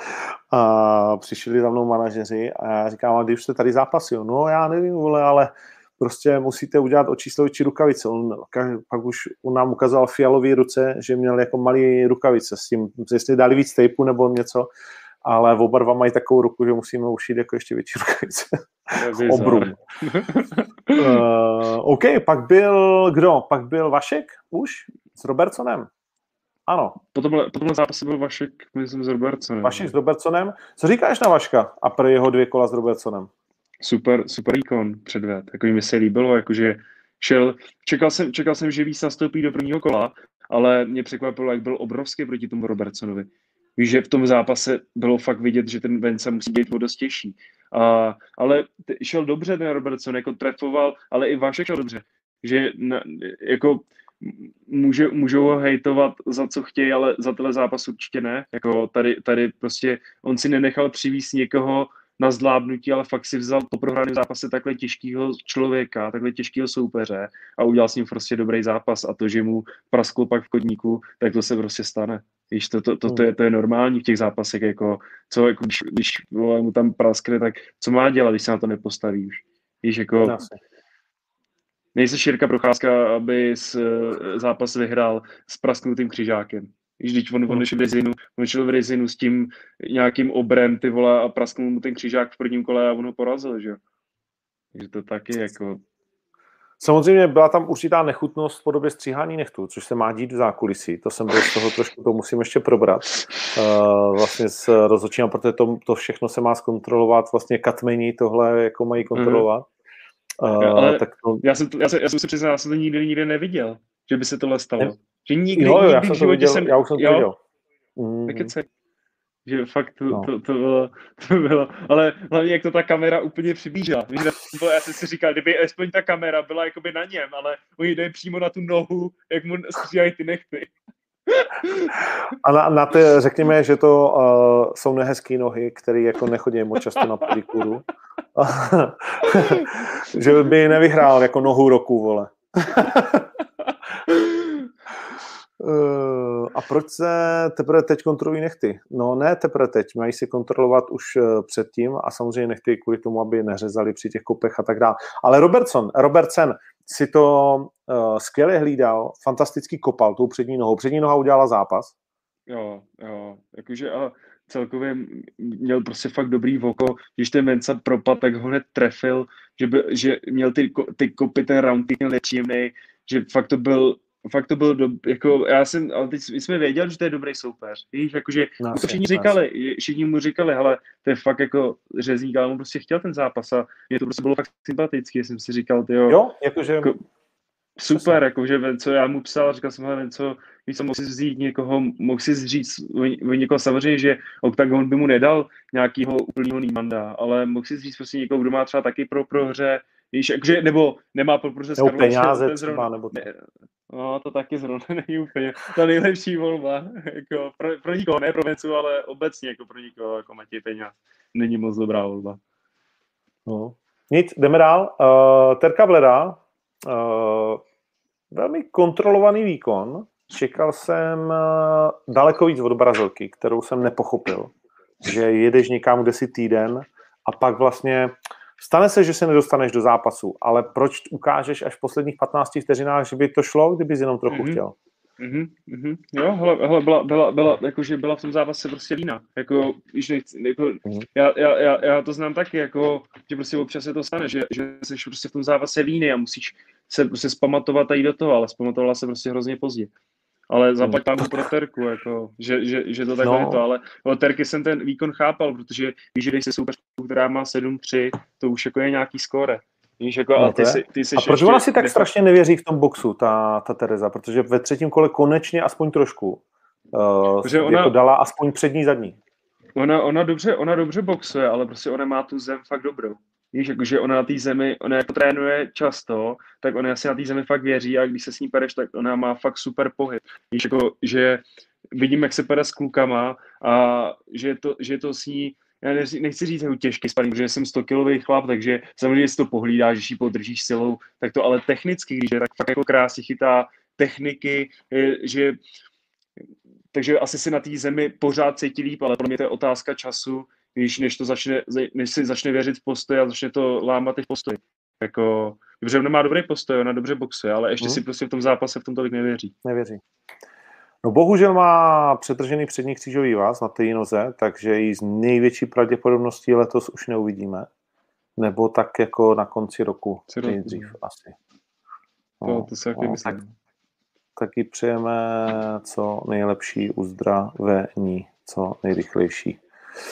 a přišli za mnou manažeři a já říkám, ale když jste tady zápasil, no já nevím, vole, ale prostě musíte udělat o číslo větší rukavice. On pak už on nám ukazoval fialový ruce, že měl jako malý rukavice s tím, jestli dali víc tejpu nebo něco, ale oba dva mají takovou ruku, že musíme ušít jako ještě větší rukavice. Obrum. uh, OK, pak byl kdo? Pak byl Vašek už s Robertsonem? Ano. Po tomhle, po tomhle zápase byl Vašek, myslím, s Robertsonem. Vašek s Robertsonem. Co říkáš na Vaška a pro jeho dvě kola s Robertsonem? Super, super výkon předved. Jako mi se líbilo, jakože šel, čekal jsem, čekal jsem, že víc nastoupí do prvního kola, ale mě překvapilo, jak byl obrovský proti tomu Robertsonovi. Víš, že v tom zápase bylo fakt vidět, že ten Vence musí být o dost těžší. A, ale t- šel dobře ten Robertson, jako trefoval, ale i Vašek šel dobře. Že na, jako může, můžou ho hejtovat za co chtějí, ale za tenhle zápas určitě ne. Jako tady, tady prostě on si nenechal přivízt někoho na zdlábnutí, ale fakt si vzal po prohraném zápase takhle těžkého člověka, takhle těžkého soupeře a udělal s ním prostě dobrý zápas a to, že mu praskl pak v kotníku, tak to se prostě stane. Víš, to, to, to, to, je, to je normální v těch zápasech, jako, co, jako, když, když mu tam praskne, tak co má dělat, když se na to nepostaví už. Víš, jako, nejsi Jirka Procházka, aby s, zápas vyhrál s prasknutým křižákem. Víš, když on, on, šel v rezinu, on šel v rezinu s tím nějakým obrem, ty vole, a prasknul mu ten křižák v prvním kole a on ho porazil, že jo. Takže to taky jako... Samozřejmě byla tam určitá nechutnost v podobě stříhání nechtů, což se má dít v zákulisí. To jsem byl z toho trošku, to musím ještě probrat. Uh, vlastně s rozhodčím, protože to, to všechno se má zkontrolovat, vlastně katmení tohle jako mají kontrolovat. Uh, já, ale tak to... já, jsem to, já, jsem, já jsem se přiznal, já jsem to nikdy, nikdy neviděl, že by se tohle stalo. Ne? Že nikdy, jo, nikdy já v jsem životě to viděl, jsem... Já už jsem jo, to viděl. Mm-hmm. Že fakt to, no. to, to, bylo, to bylo, ale hlavně jak to ta kamera úplně přiblížila. Víš, bylo, já jsem si říkal, kdyby aspoň ta kamera byla jakoby na něm, ale oni jdou přímo na tu nohu, jak mu stříhají ty nechty. A na, na té, řekněme, že to uh, jsou nehezký nohy, které jako nechodí moc často na pedikuru. Že by nevyhrál jako nohu roku, vole. Uh, a proč se teprve teď kontrolují nechty? No ne teprve teď, mají si kontrolovat už předtím a samozřejmě nechty kvůli tomu, aby neřezali při těch kopech a tak dále. Ale Robertson, Robertson si to uh, skvěle hlídal, fantasticky kopal tou přední nohou. Přední noha udělala zápas. Jo, jo, jakože a celkově měl prostě fakt dobrý voko, když ten Mensa propad, tak ho hned trefil, že, by, že měl ty, ty kopy, ten round kick měl nepříjemnej, že fakt to byl, fakt to byl, do, jako já jsem, ale teď jsme věděli, že to je dobrý soupeř, víš, jakože no, to všichni říkali, všichni mu říkali, hele, to je fakt jako řezník, ale on prostě chtěl ten zápas a mě to prostě bylo fakt sympatický, jsem si říkal, tyjo, jo, jakože jako, super, jakože co já mu psal, říkal jsem, hele, co, víš co, mohl si vzít někoho, mohl si říct o někoho, samozřejmě, že Octagon by mu nedal nějakýho úplnýho Niemanda, ale mohl si říct prostě někoho, kdo má třeba taky pro prohře, víš, jakože, nebo nemá pro prohře s Karlem. Nebo peněze třeba, nebo to. Ne, no, to taky zrovna není úplně ta nejlepší volba, jako pro, pro nikoho, ne pro Mensu, ale obecně jako pro nikoho, jako Matěj Peňáz, není moc dobrá volba. No. Nic, jdeme dál. Uh, Terka Bleda, uh, velmi kontrolovaný výkon. Čekal jsem daleko víc od Brazilky, kterou jsem nepochopil, že jedeš někam, kde si týden a pak vlastně stane se, že se nedostaneš do zápasu, ale proč ukážeš až v posledních patnácti vteřinách, že by to šlo, kdybys jenom trochu mm-hmm. chtěl? Mm-hmm, mm-hmm. Jo, hele, hele byla, byla, byla, jakože byla v tom zápase prostě lína. Jako, když nechci, jako, mm-hmm. já, já, já, já to znám taky, jako, že prostě občas se to stane, že, že jsi prostě v tom zápase líny a musíš se prostě zpamatovat a jít do toho, ale zpamatovala se prostě hrozně pozdě. Ale zaplať tam pro Terku, jako, že, že, že to takhle no. je to, ale o Terky jsem ten výkon chápal, protože víš, že když se soupeř, která má sedm tři, to už jako je nějaký skóre. Víš, jako, no, a, ty si, ty a proč ona si tak strašně nevěří v tom boxu, ta, ta Tereza, protože ve třetím kole konečně aspoň trošku uh, ona, jako dala aspoň přední zadní. Ona, ona, dobře, ona dobře boxuje, ale prostě ona má tu zem fakt dobrou. Víš, jakože ona na té zemi, ona jako trénuje často, tak ona asi na té zemi fakt věří a když se s ní pereš, tak ona má fakt super pohyb. Víš, jako, že vidím, jak se pere s klukama a že to, že to s ní, já nechci říct jako těžký sparring, protože jsem sto kilový chlap, takže samozřejmě si to pohlídáš, že ji podržíš silou, tak to ale technicky, když je tak fakt jako krásně chytá techniky, že takže asi si na té zemi pořád cítí líp, ale pro mě to je otázka času, Víš, než to začne, než si začne věřit v postoj a začne to lámat i v postoji. Jako, protože ona má dobrý postoj, ona dobře boxuje, ale ještě hmm. si prostě v tom zápase v tom tolik nevěří. Nevěří. No bohužel má přetržený přední křížový vaz na té noze, takže ji z největší pravděpodobností letos už neuvidíme. Nebo tak jako na konci roku, nejdřív asi. No, to, to se no, myslím. Tak, tak ji přejeme co nejlepší uzdravení, co nejrychlejší.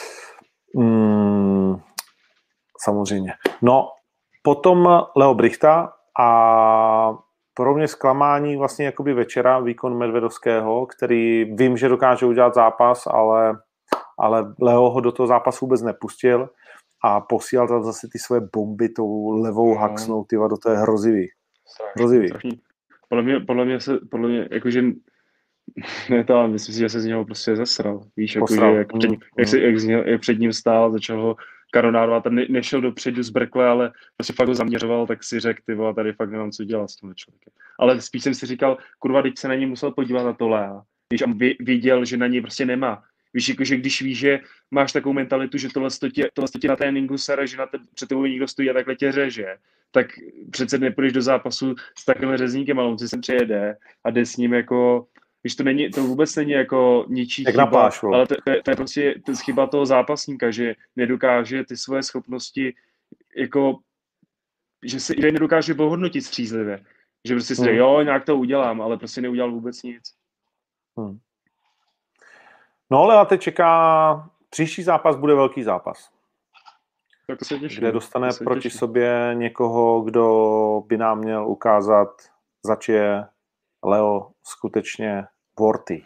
Hmm, samozřejmě. No, potom Leo Brichta a pro mě zklamání vlastně jakoby večera výkon Medvedovského, který vím, že dokáže udělat zápas, ale, ale Leo ho do toho zápasu vůbec nepustil a posílal tam zase ty své bomby tou levou no. haxnou, tyva, do té hrozivý. Hrozivý. Podle mě, podle mě se, podle mě, jakože ne to, ale myslím si, že se z něho prostě zasral. Víš, jako, že jak, před, mm, jak, se, jak, něho, jak před ním stál, začal ho kanonádovat a ne, nešel dopředu z brkle, ale prostě fakt ho zaměřoval, tak si řekl, ty vole, tady fakt nemám co dělat s tím člověkem. Ale spíš jsem si říkal, kurva, teď se na něj musel podívat na to Lea. Víš, a viděl, že na něj prostě nemá. Víš, jako, že když víš, že máš takovou mentalitu, že tohle tě, tohle tě na tréninku sere, že na te, před tebou někdo stojí a takhle tě řeže, tak přece nepůjdeš do zápasu s takovým řezníkem, ale on si sem přijede a jde s ním jako... Víš, to, není, to vůbec není jako ničí tak chyba, napášu. Ale to, to, to je prostě to je chyba toho zápasníka, že nedokáže ty svoje schopnosti jako, že se že nedokáže ohodnotit střízlivě. Že prostě si hmm. řekl, jo, nějak to udělám, ale prostě neudělal vůbec nic. Hmm. No ale a teď čeká, příští zápas bude velký zápas. Tak to se těším. Kde dostane se proti těším. sobě někoho, kdo by nám měl ukázat, zač je Leo skutečně worthy.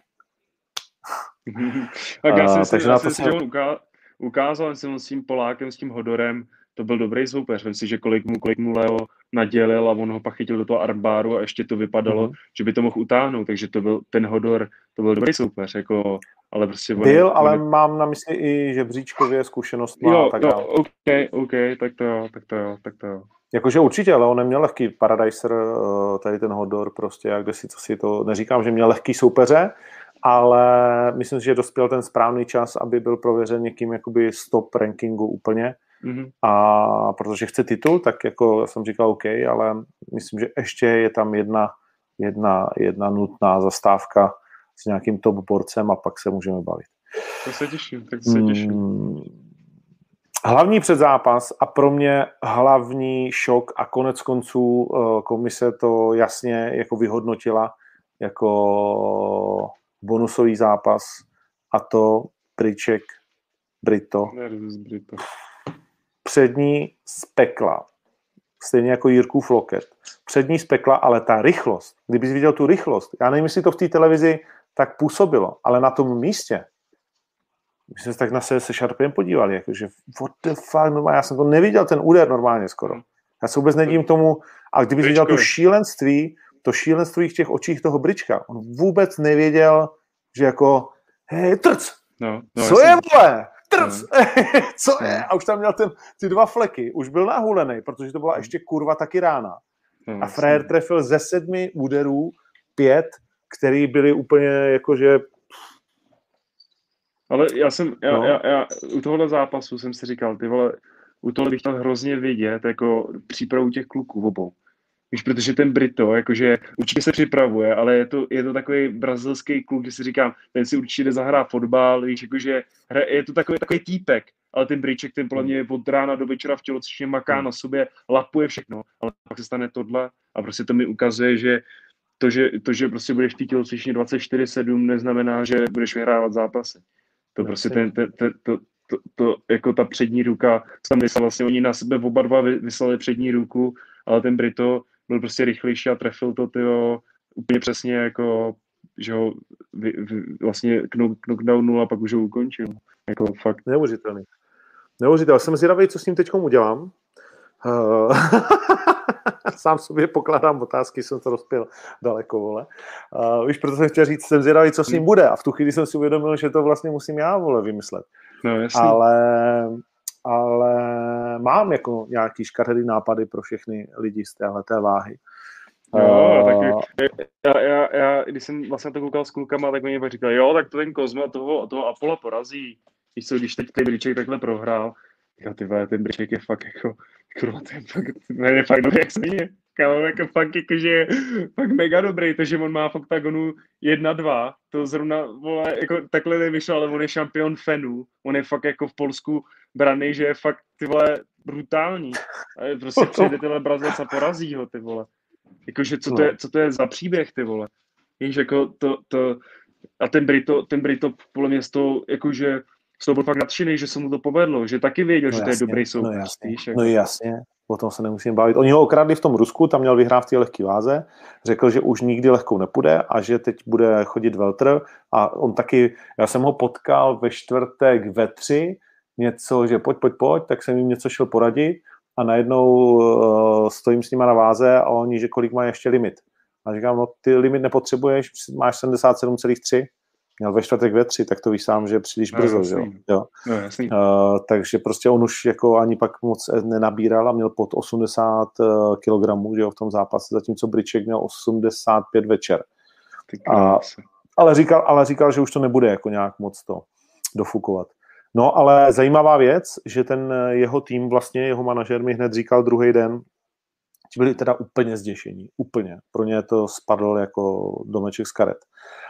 Tak já jsem si, takže já na jsem to si se... uká, ukázal jsem s tím Polákem, s tím Hodorem, to byl dobrý soupeř. Vem si, že kolik mu, kolik mu Leo nadělil a on ho pak chytil do toho armbáru a ještě to vypadalo, mm-hmm. že by to mohl utáhnout, takže to byl ten Hodor, to byl dobrý soupeř, jako, ale prostě... Byl, on, ale on... mám na mysli i žebříčkově zkušenost má jo, tak jo, dále. OK, OK, tak to jo, tak to jo, tak to jo. Jakože určitě, ale on neměl lehký Paradiser, tady ten Hodor prostě, jak kde si, co si to, neříkám, že měl lehký soupeře, ale myslím si, že dospěl ten správný čas, aby byl prověřen někým jakoby stop rankingu úplně. Mm-hmm. A protože chce titul, tak jako jsem říkal OK, ale myslím, že ještě je tam jedna, jedna, jedna nutná zastávka s nějakým top borcem a pak se můžeme bavit. To se těším, tak se těším. Hmm. Hlavní předzápas a pro mě hlavní šok a konec konců komise to jasně jako vyhodnotila jako bonusový zápas a to Bryček Brito. Brito. Přední z pekla. Stejně jako Jirkův loket. Přední z pekla, ale ta rychlost. Kdybys viděl tu rychlost, já nevím, jestli to v té televizi tak působilo, ale na tom místě my jsme se tak na sebe se šarpem podívali, jakože what the fuck, normálně, já jsem to neviděl, ten úder normálně skoro. Já se vůbec nedívím tomu, a kdybys viděl to šílenství, to šílenství v těch očích toho Bryčka, on vůbec nevěděl, že jako, hej, trc, no, no, co je, vole, trc, no. co je, a už tam měl ten, ty dva fleky, už byl nahulený, protože to byla ještě kurva taky rána. No, a frajer trefil ze sedmi úderů pět, který byly úplně jakože. Ale já jsem, já, no. já, já, u tohohle zápasu jsem si říkal, ty vole, u tohle bych chtěl hrozně vidět, jako přípravu těch kluků obou. Víš, protože ten Brito, jakože určitě se připravuje, ale je to, je to takový brazilský kluk, že si říkám, ten si určitě jde zahrát fotbal, víš, jakože je to takový, takový týpek, ale ten Bryček, ten podle mě od rána do večera v tělocvičně maká na sobě, lapuje všechno, ale pak se stane tohle a prostě to mi ukazuje, že to, že, to, že prostě budeš v té tělocvičně dvacet čtyři sedm, neznamená, že budeš vyhrávat zápasy. To prostě ten, ten, ten, to, to, to, jako ta přední ruka, tam vyslal vlastně, oni na sebe oba dva vyslali přední ruku, ale ten Brito byl prostě rychlejší a trefil to, tyjo, úplně přesně jako, že ho vy, vy, vlastně knockdownul a pak už ho ukončil. Jako fakt. Neuvěřitelný. Neuvěřitelný. Jsem zvědavý, co s ním teďkom udělám. Uh, sám sobě pokládám otázky, jsem to rozpěl daleko, vole. Uh, víš, proto jsem chtěl říct, jsem zvědavý, co s ním bude. A v tu chvíli jsem si uvědomil, že to vlastně musím já, vole, vymyslet. No, jasný. Ale, ale mám jako nějaký škaredý nápady pro všechny lidi z téhleté váhy. Jo, uh, tak já, já, já, když jsem vlastně to koukal s klukama, tak oni pak říkali, jo, tak to ten Kozma toho, toho Apola porazí. Víš co, když teď ten Bryček takhle prohrál, tak ty vole, ten Bryček je fakt jako, kurva, ten fakt, ten je fakt dobrý, jak svině. Kámo, jako fakt jakože, fakt mega dobrý, to, že on má v oktagonu jedna dva, to zrovna, vole, jako takhle nevyšlo, ale on je šampion Fenu, on je fakt jako v Polsku braný, že je fakt, ty vole, brutální. A prostě přijde tyhle Brazilec a porazí ho, ty vole. Jakože, co to je, co to je za příběh, ty vole. Víš, jako to, to, a ten Brito, ten Brito, podle mě z toho, jakože, z toho byl fakt nadšený, že se mu to povedlo, že taky věděl, no že jasně, to je dobrý soupeř. No jasně, víš, jako. no jasně, o tom se nemusím bavit. Oni ho okradli v tom Rusku, tam měl vyhrát v té lehké váze, řekl, že už nikdy lehkou nepůjde a že teď bude chodit welter a on taky, já jsem ho potkal ve čtvrtek ve tři, něco, že pojď, pojď, pojď, tak jsem jim něco šel poradit a najednou uh, stojím s nima na váze a oni, že kolik má ještě limit. A říkám, no ty limit nepotřebuješ, máš sedmdesát sedm celá tři. Měl ve čtvrtek ve tři, tak to víš sám, že je příliš brzo, no, jo. jo. No, uh, takže prostě on už jako ani pak moc nenabíral a měl pod osmdesát kilogramů, že jo, v tom zápase, zatímco Bryček měl osmdesát pět večer. A, ale, říkal, ale říkal, že už to nebude jako nějak moc to dofukovat. No, ale zajímavá věc, že ten jeho tým, vlastně jeho manažer mi hned říkal druhý den, ti byli teda úplně zděšení, úplně. Pro ně to spadl jako domeček z karet.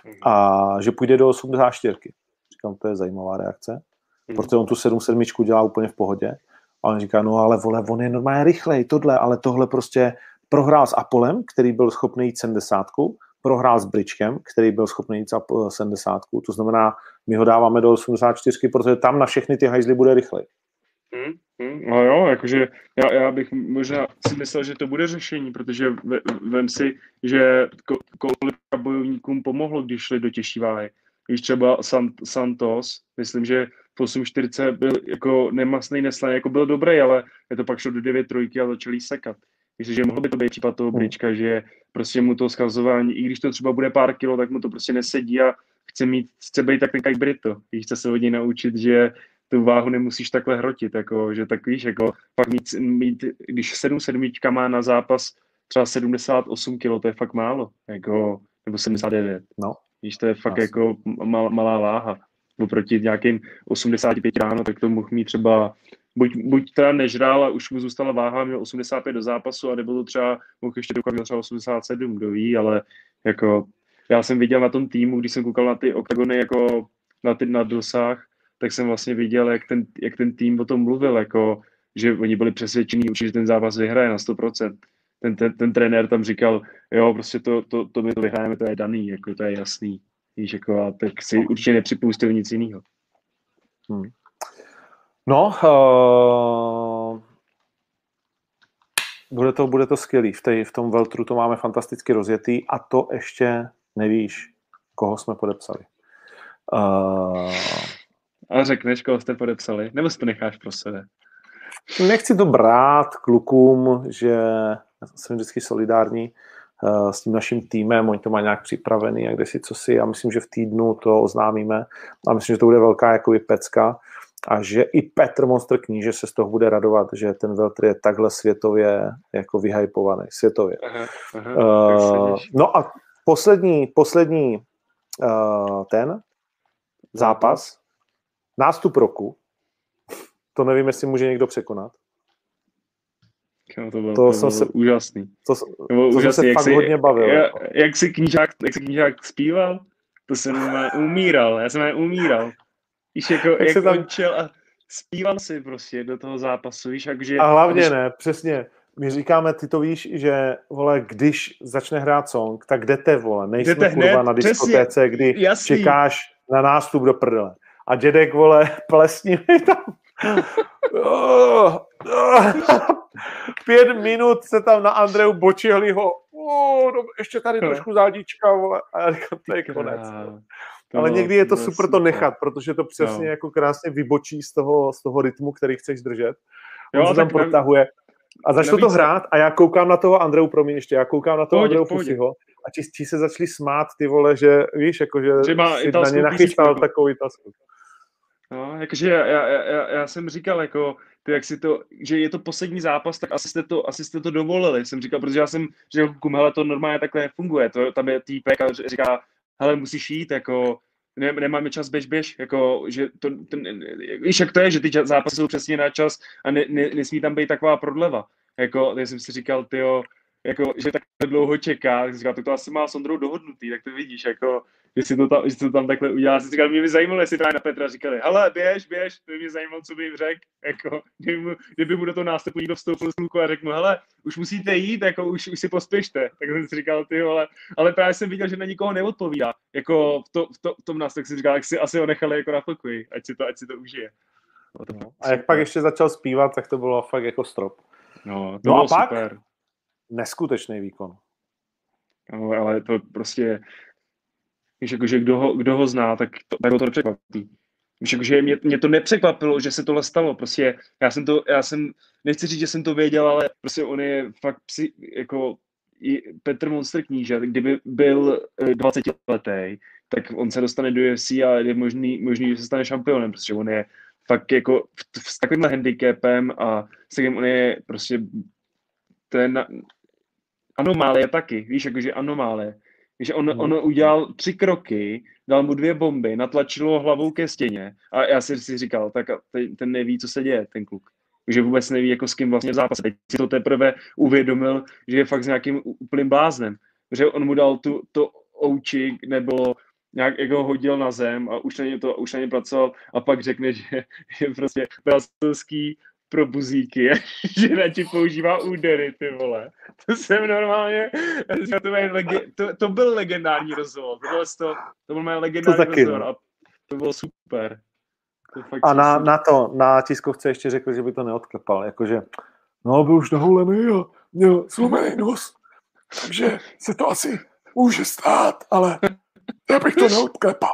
A že půjde do osmdesát čtyři. Říkám, to je zajímavá reakce, protože on tu sedm sedm dělá úplně v pohodě. A on říká, no ale vole, on je normálně rychlej, tohle, ale tohle prostě prohrál s Apolem, který byl schopný jít sedmdesátku, prohrál s Bryčkem, který byl schopný jít sedmdesátku. To znamená, my ho dáváme do osmdesát čtyři, protože tam na všechny ty hajzly bude rychlej. Hmm, hmm, no jo, jakože já, já bych možná si myslel, že to bude řešení, protože ve, vem si, že kolik bojovníkům pomohlo, když šli do těžší váhy. Když třeba Sant, Santos, myslím, že v osm čtyřicet byl jako nemasný, neslaný, jako byl dobrý, ale je to pak šlo do devět trojky a začali sekat. Myslím, že mohl by to být případ toho Bryčka, že prostě mu to schazování, i když to třeba bude pár kilo, tak mu to prostě nesedí a chce mít, chce být tak jak Brito. Když chce se hodně naučit, že tu váhu nemusíš takhle hrotit, jako, že tak víš, jako fakt mít, mít když sedm sedmička má na zápas třeba sedmdesát osm kilo, to je fakt málo, jako, nebo sedmdesát devět. No. Víš, to je fakt Asi. jako mal, malá váha. Oproti nějakým osmdesáti pěti ráno, tak to mohl mít třeba, buď, buď teda nežral a už mu zůstala váha, měl osmdesát pět do zápasu, a nebo to třeba mohl ještě dokud měl třeba osmdesát sedm, kdo ví, ale jako já jsem viděl na tom týmu, když jsem koukal na ty oktagony jako na, ty, na dosah, tak jsem vlastně viděl, jak ten, jak ten tým o tom mluvil, jako, že oni byli přesvědčení určitě, že ten zápas vyhraje na sto procent. Ten, ten, ten trenér tam říkal, jo, prostě to, to, to my to vyhrajeme, to je daný, jako to je jasný. Víš, jako, a tak si určitě nepřipustil nic jiného. Hmm. No, uh, bude to, bude to skvělý. V, tej, v tom Weltru to máme fantasticky rozjetý a to ještě nevíš, koho jsme podepsali. Uh, a řekneš, koho jste podepsali? Nebo si to necháš pro sebe? Nechci to brát klukům, že jsem vždycky solidární uh, s tím naším týmem, oni to mají nějak připravený a kde si co si, a myslím, že v týdnu to oznámíme a myslím, že to bude velká jakoby pecka a že i Petr Monster Kníže se z toho bude radovat, že ten Welter je takhle světově jako vyhypovaný, světově. Aha, aha, uh, no a poslední, poslední uh, ten zápas, nástup roku, to nevím, jestli může někdo překonat. No, to bylo, to to jsem bylo se, úžasný. To, to bylo to úžasný. se jak fakt si, hodně bavil. Jak, jako. jak si knížák, jak si knížák zpíval, to jsem umíral. Já jsem umíral. Víš, jako, jak, jak tam... on čel a zpíval si prostě do toho zápasu. Víš, jakže, a hlavně když... ne, přesně. My říkáme, ty to víš, že vole, když začne hrát song, tak jdete, vole, nejsme jdete kurva hned, na diskotéce, přesně, kdy jasný. Čekáš na nástup do prdele. A dědek, vole, plesní tam. oh, oh. Pět minut se tam na Andreu Bočihliho, oh, no, ještě tady trošku zádička, vole, a já říkám, to je konec. Ale bylo, někdy je to super, super to nechat, protože to přesně no. jako krásně vybočí z toho, z toho rytmu, který chceš držet. On jo, se tam protahuje. A začalo to hrát a já koukám na toho Andreu, promiň ještě, já koukám na toho pohodě, Andreu Fusiho a ti, ti se začali smát, ty vole, že víš, jako, že, že si na ně nachystal takový tasku. No, jakože já, já, já, já jsem říkal, jako, ty, jak si to, že je to poslední zápas, tak asi jste to, asi jste to dovolili, jsem říkal, protože já jsem říkal, kum, hele, to normálně takhle nefunguje, to, tam je týpek a říká, hele, musíš jít, jako, ne, nemáme čas, běž, běž, jako, že to, ten, víš, jak to je, že ty zápasy jsou přesně na čas a ne, ne, nesmí tam být taková prodleva, jako, já jsem si říkal, tyjo, jako, že tak dlouho čeká, tak říkal, to, to asi má s Ondrou dohodnutý, tak to vidíš, jako, jestli to tam, jestli to tam takhle udělá. Jsem říkal, mě by zajímalo, jestli právě na Petra říkali, hele, běž, běž, to by mě zajímalo, co by jim řekl, jako, kdyby mu, kdyby mu do toho nástupu někdo vstoupil z kluku a řekl mu, hele, už musíte jít, jako, už, už si pospěšte, tak jsem si říkal, ty ale, ale právě jsem viděl, že na nikoho neodpovídá, jako v, to, v, to, v tom nás, tak jsem říkal, jak si asi ho nechali jako na pokoji, ať si to, ať si to užije. No, to no. A jak pak ještě začal zpívat, tak to bylo fakt jako strop. No, to no bylo a pak super. Neskutečný výkon. No, ale to prostě víš, jakože kdo ho, kdo ho zná, tak to, tak ho to nepřekvapí. Víš, jakože mě, mě to nepřekvapilo, že se tohle stalo. Prostě já jsem to, já jsem, nechci říct, že jsem to věděl, ale prostě on je fakt psi, jako Petr Monster Kníže, kdyby byl dvacetiletý, tak on se dostane do U F C a je možný, možný, že se stane šampionem, protože on je fakt jako s takovýmhle handicapem a s takým on je prostě ten anomálie taky, víš, jakože anomálie. Že on, on udělal tři kroky, dal mu dvě bomby, natlačilo hlavou ke stěně a já si, si říkal, tak ten, ten neví, co se děje, ten kluk. Že vůbec neví, jako s kým vlastně v zápase. Teď si to teprve uvědomil, že je fakt s nějakým úplným bláznem. Že on mu dal tu, to oučik, nebo nějak jako hodil na zem a už na ně, to, už na ně pracoval a pak řekne, že je prostě brazilský pro buzíky, že radši používá údery, ty vole. To jsem normálně, to, lege, to, to byl legendární rozhovor, to bylo, to, to byl můj legendární to rozhovor a to bylo super. To fakt a na, na to, na tiskovce ještě řekl, že by to neodklepal, jakože, no byl už nahulený a měl zlomený nos, takže se to asi může stát, ale já bych to neodklepal.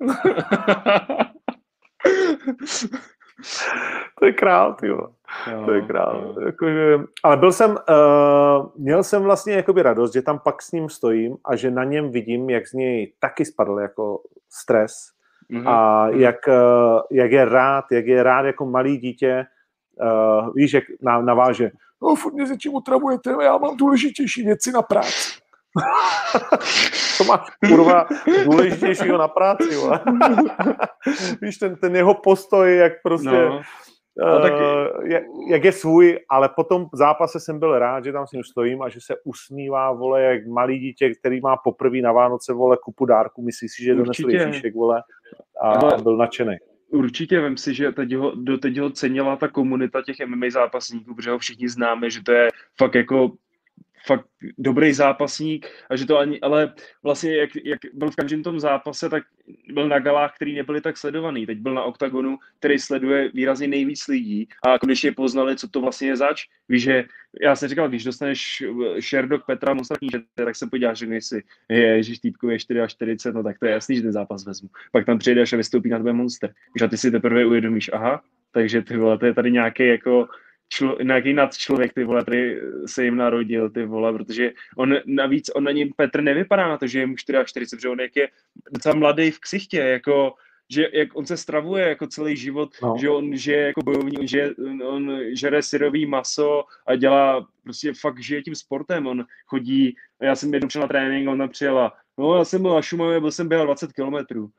To je král, tyjo. To je král. Jakože, ale byl jsem, uh, měl jsem vlastně jakoby radost, že tam pak s ním stojím a že na něm vidím, jak z něj taky spadl jako stres mm-hmm. a jak, uh, jak je rád, jak je rád jako malý dítě, uh, víš, jak naváže, no furt mě se čím otravujete, já mám důležitější věci na práci. To máš kurva důležitějšího na práci, vole. Víš, ten, ten jeho postoj, jak prostě, No. uh, tak... jak, jak je svůj, ale po tom zápase jsem byl rád, že tam s ním stojím a že se usmívá, vole, jak malý dítě, který má poprvé na Vánoce, vole, kupu dárku, myslí si, že donesl Ježíšek, vole, a, ale... a byl nadšený. Určitě, vem si, že teď ho, doteď ho cenila ta komunita těch M M A zápasníků, protože ho všichni známe, že to je fakt jako fakt dobrý zápasník a že to ani, ale vlastně jak, jak byl v každém tom zápase, tak byl na galách, který nebyly tak sledovaný. Teď byl na Oktagonu, který sleduje výrazně nejvíc lidí a konečně poznali, co to vlastně je zač. Víš, že já jsem říkal, když dostaneš Sherdog Petra ostatní, tak se podíváš, řekneš si, ježiš, týpku je čtyřicet čtyři, no tak to je jasný, že ten zápas vezmu. Pak tam přijdeš a vystoupí na tebe monster. Víš, a ty si teprve uvědomíš, aha, takže ty vole, to je tady nějaký jako Člo, nějaký nadčlověk, ty vole, který se jim narodil, ty vole, protože on navíc, on na něm Petr nevypadá na to, že je mu čtyřicet čtyři, protože on jak je docela mladý v ksichtě, jako, že jak on se stravuje jako celý život, no. Že on žije jako bojovník, že on žere syrový maso a dělá, prostě fakt žije tím sportem, on chodí, já jsem jednou přijel na trénink, on tam přijela, no já jsem byl na Šumavě, byl jsem běhat dvacet kilometrů,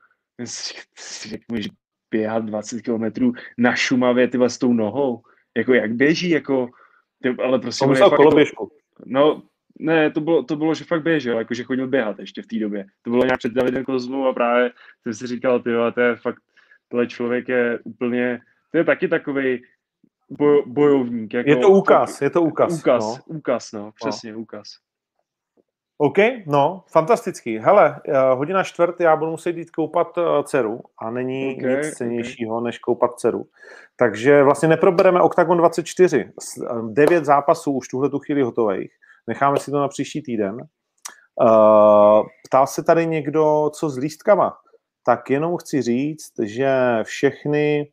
můžeš běhat dvacet kilometrů na Šumavě, ty s tou nohou, jako jak běží, jako, ty, ale prostě... To musel koloběžku. No, ne, to bylo, to bylo, že fakt běžel, jakože chodil běhat ještě v té době. To bylo nějak před Davidem Kozmou a právě jsem si říkal, ty to je fakt, tohle člověk je úplně, to je taky takovej boj, bojovník. Jako, je to úkaz, fakt, je to úkaz. Úkaz, no. úkaz, no, přesně, no. úkaz. OK, no, fantastický. Hele, hodina čtvrt, já budu muset jít koupat dceru a není okay, nic cennějšího, okay. než koupat dceru. Takže vlastně neprobereme Oktagon dvacet čtyři. Devět zápasů už tuhle tu chvíli hotových. Necháme si to na příští týden. Uh, ptal se tady někdo, co s lístkama. Tak jenom chci říct, že všechny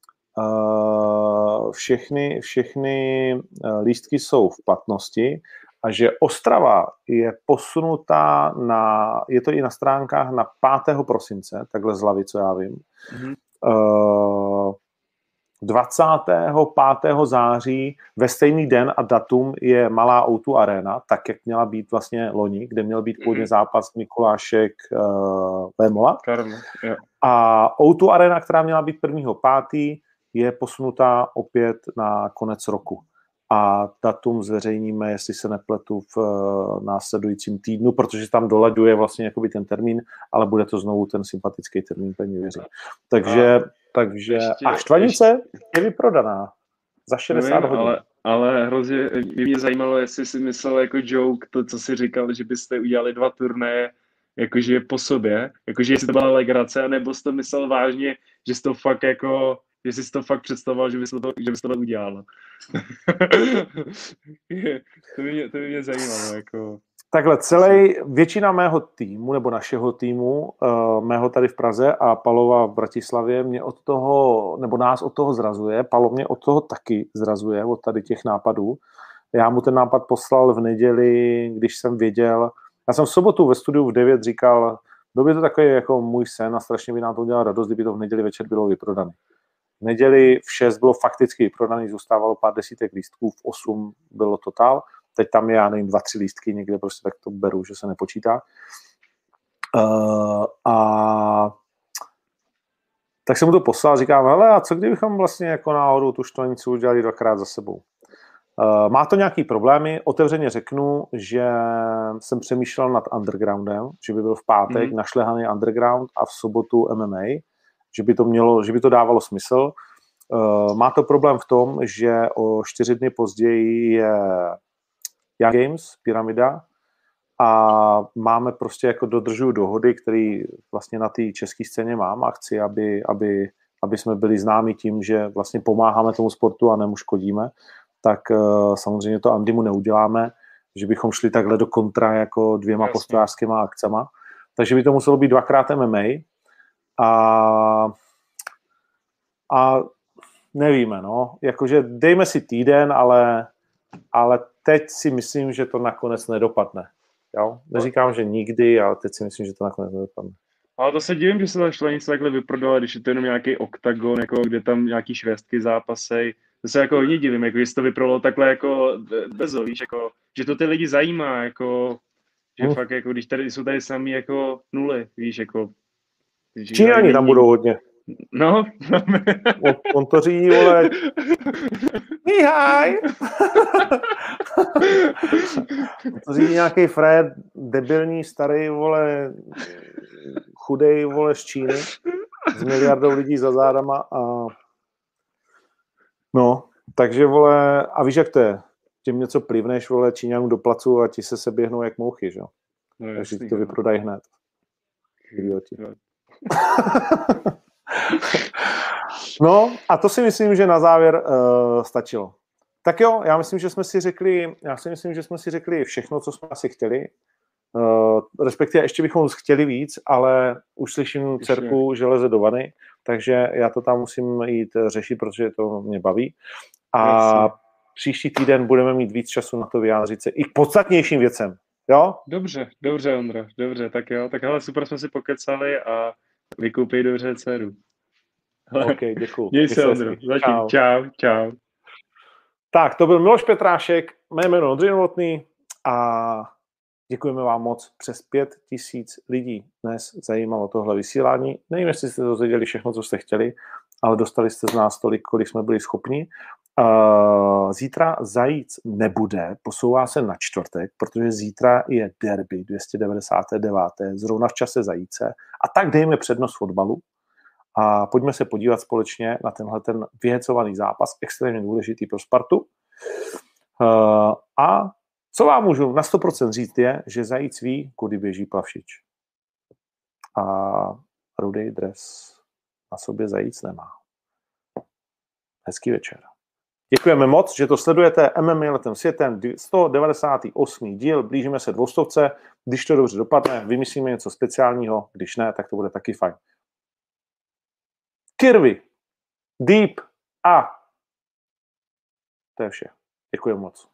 uh, všechny, všechny lístky jsou v platnosti a že Ostrava je posunutá na, je to i na stránkách na pátého prosince, takhle z hlavy, co já vím. Mm-hmm. Uh, dvacátého pátého září ve stejný den a datum je malá ó dva Arena, tak jak měla být vlastně loni, kde měl být původně zápas Mikulášek uh, Vémola. Yeah. A ó dva Arena, která měla být prvního pátý, je posunutá opět na konec roku. A datum zveřejníme, jestli se nepletu, v uh, následujícím týdnu, protože tam doladuje vlastně jakoby ten termín, ale bude to znovu ten sympatický termín, pevně věřím. Takže, a, takže ještě, a štvanice ještě. Je vyprodaná za šedesát nevím, hodin. Ale, ale hrozně by mě zajímalo, jestli si myslel jako joke to, co si říkal, že byste udělali dva turnaje jakože po sobě, jakože jestli to byla legrace, nebo jsi to myslel vážně, že jsi to fakt jako že jsi to fakt představoval, že bys to, že bys to udělal. to, by mě, to by mě zajímalo. Jako... Takhle, celý, většina mého týmu, nebo našeho týmu, uh, mého tady v Praze a Palova v Bratislavě, mě od toho, nebo nás od toho zrazuje. Palo mě od toho taky zrazuje, od tady těch nápadů. Já mu ten nápad poslal v neděli, když jsem věděl, já jsem v sobotu ve studiu v devět říkal, byl by to takový jako můj sen a strašně by nám to udělal radost, kdyby to v neděli večer bylo vyprodané. V neděli v šest bylo fakticky prodaný, zůstávalo pár desítek lístků, v osm bylo totál. Teď tam je, já nevím, dva, tři lístky někde, prostě tak to beru, že se nepočítá. Uh, a tak jsem mu to poslal, říkám, hele, a co kdybychom vlastně jako náhodou tu štvanici udělali dvakrát za sebou? Uh, má to nějaký problémy, otevřeně řeknu, že jsem přemýšlel nad undergroundem, že by byl v pátek mm. našlehaný underground a v sobotu M M A, že by to mělo, že by to dávalo smysl. Uh, má to problém v tom, že o čtyři dny později je Young Games, Pyramida, a máme prostě jako dodržuju dohody, které vlastně na té české scéně mám a chci, aby, aby, aby jsme byli známi tím, že vlastně pomáháme tomu sportu a nemu škodíme, tak uh, samozřejmě to Andymu neuděláme, že bychom šli takhle do kontra jako dvěma postojářskýma akcema. Takže by to muselo být dvakrát M M A, A, a nevíme, no, jakože dejme si týden, ale, ale teď si myslím, že to nakonec nedopadne. Jo? Neříkám, že nikdy, ale teď si myslím, že to nakonec nedopadne. Ale to se divím, že se ta štvanice takhle vyprodala, když je to jenom nějaký oktagon, jako kde tam nějaký švestky zápasej. To se jako hodně divím, jako jestli to vyprodalo takhle jako bezo, víš, jako, že to ty lidi zajímá, jako Že Hmm. fakt jako, když tady jsou tady samý jako nuly, víš, jako... Číňani tam budou hodně. No. On, on to řídí, vole. Mihaj! To řídí nějaký Fred, debilní, starý, vole, chudej, vole, z Číny, s miliardou lidí za zádama a no, takže, vole, a víš, jak to je? Tím něco plivneš, vole, Číňanům do placu a ti se se běhnou jak mouchy, že jo? No, takže jasný, ti to no. vyprodají hned. Idioti. No, a to si myslím, že na závěr uh, stačilo. Tak jo, já myslím, že jsme si řekli, já si myslím, že jsme si řekli všechno, co jsme asi chtěli. Uh, respektive ještě bychom chtěli víc, ale už slyším dcerku železe do vany, takže já to tam musím jít řešit, protože to mě baví. A Jasně. Příští týden budeme mít víc času na to vyjádřit se i k podstatnějším věcem. Jo? Dobře, dobře, Ondro, dobře, tak jo. Tak hele, super jsme si pokecali a vykoupej dobře dceru. OK, děkuju. Měj se, Ondro. Zatím. Čau. čau, čau. Tak, to byl Miloš Petrášek, mé jméno Ondřej Novotný a děkujeme vám moc. Přes pět tisíc lidí dnes zajímalo tohle vysílání. Nevím, jestli jste dozvěděli všechno, co jste chtěli, ale dostali jste z nás tolik, kolik jsme byli schopni. Zítra Zajíc nebude, posouvá se na čtvrtek, protože zítra je derby dvě stě devadesát devět, zrovna v čase Zajíce. A tak dejme přednost fotbalu a pojďme se podívat společně na tenhle ten vyhecovaný zápas, extrémně důležitý pro Spartu. A co vám můžu na sto procent říct je, že Zajíc ví, kudy běží Plavšič. A rudý dres na sobě Zajíc nemá. Hezký večer. Děkujeme moc, že to sledujete. M M A letem světem, sto devadesátý osmý díl, blížíme se dvoustovce. Když to dobře dopadne, vymyslíme něco speciálního, když ne, tak to bude taky fajn. Kirby, Deep a to je vše. Děkuji moc.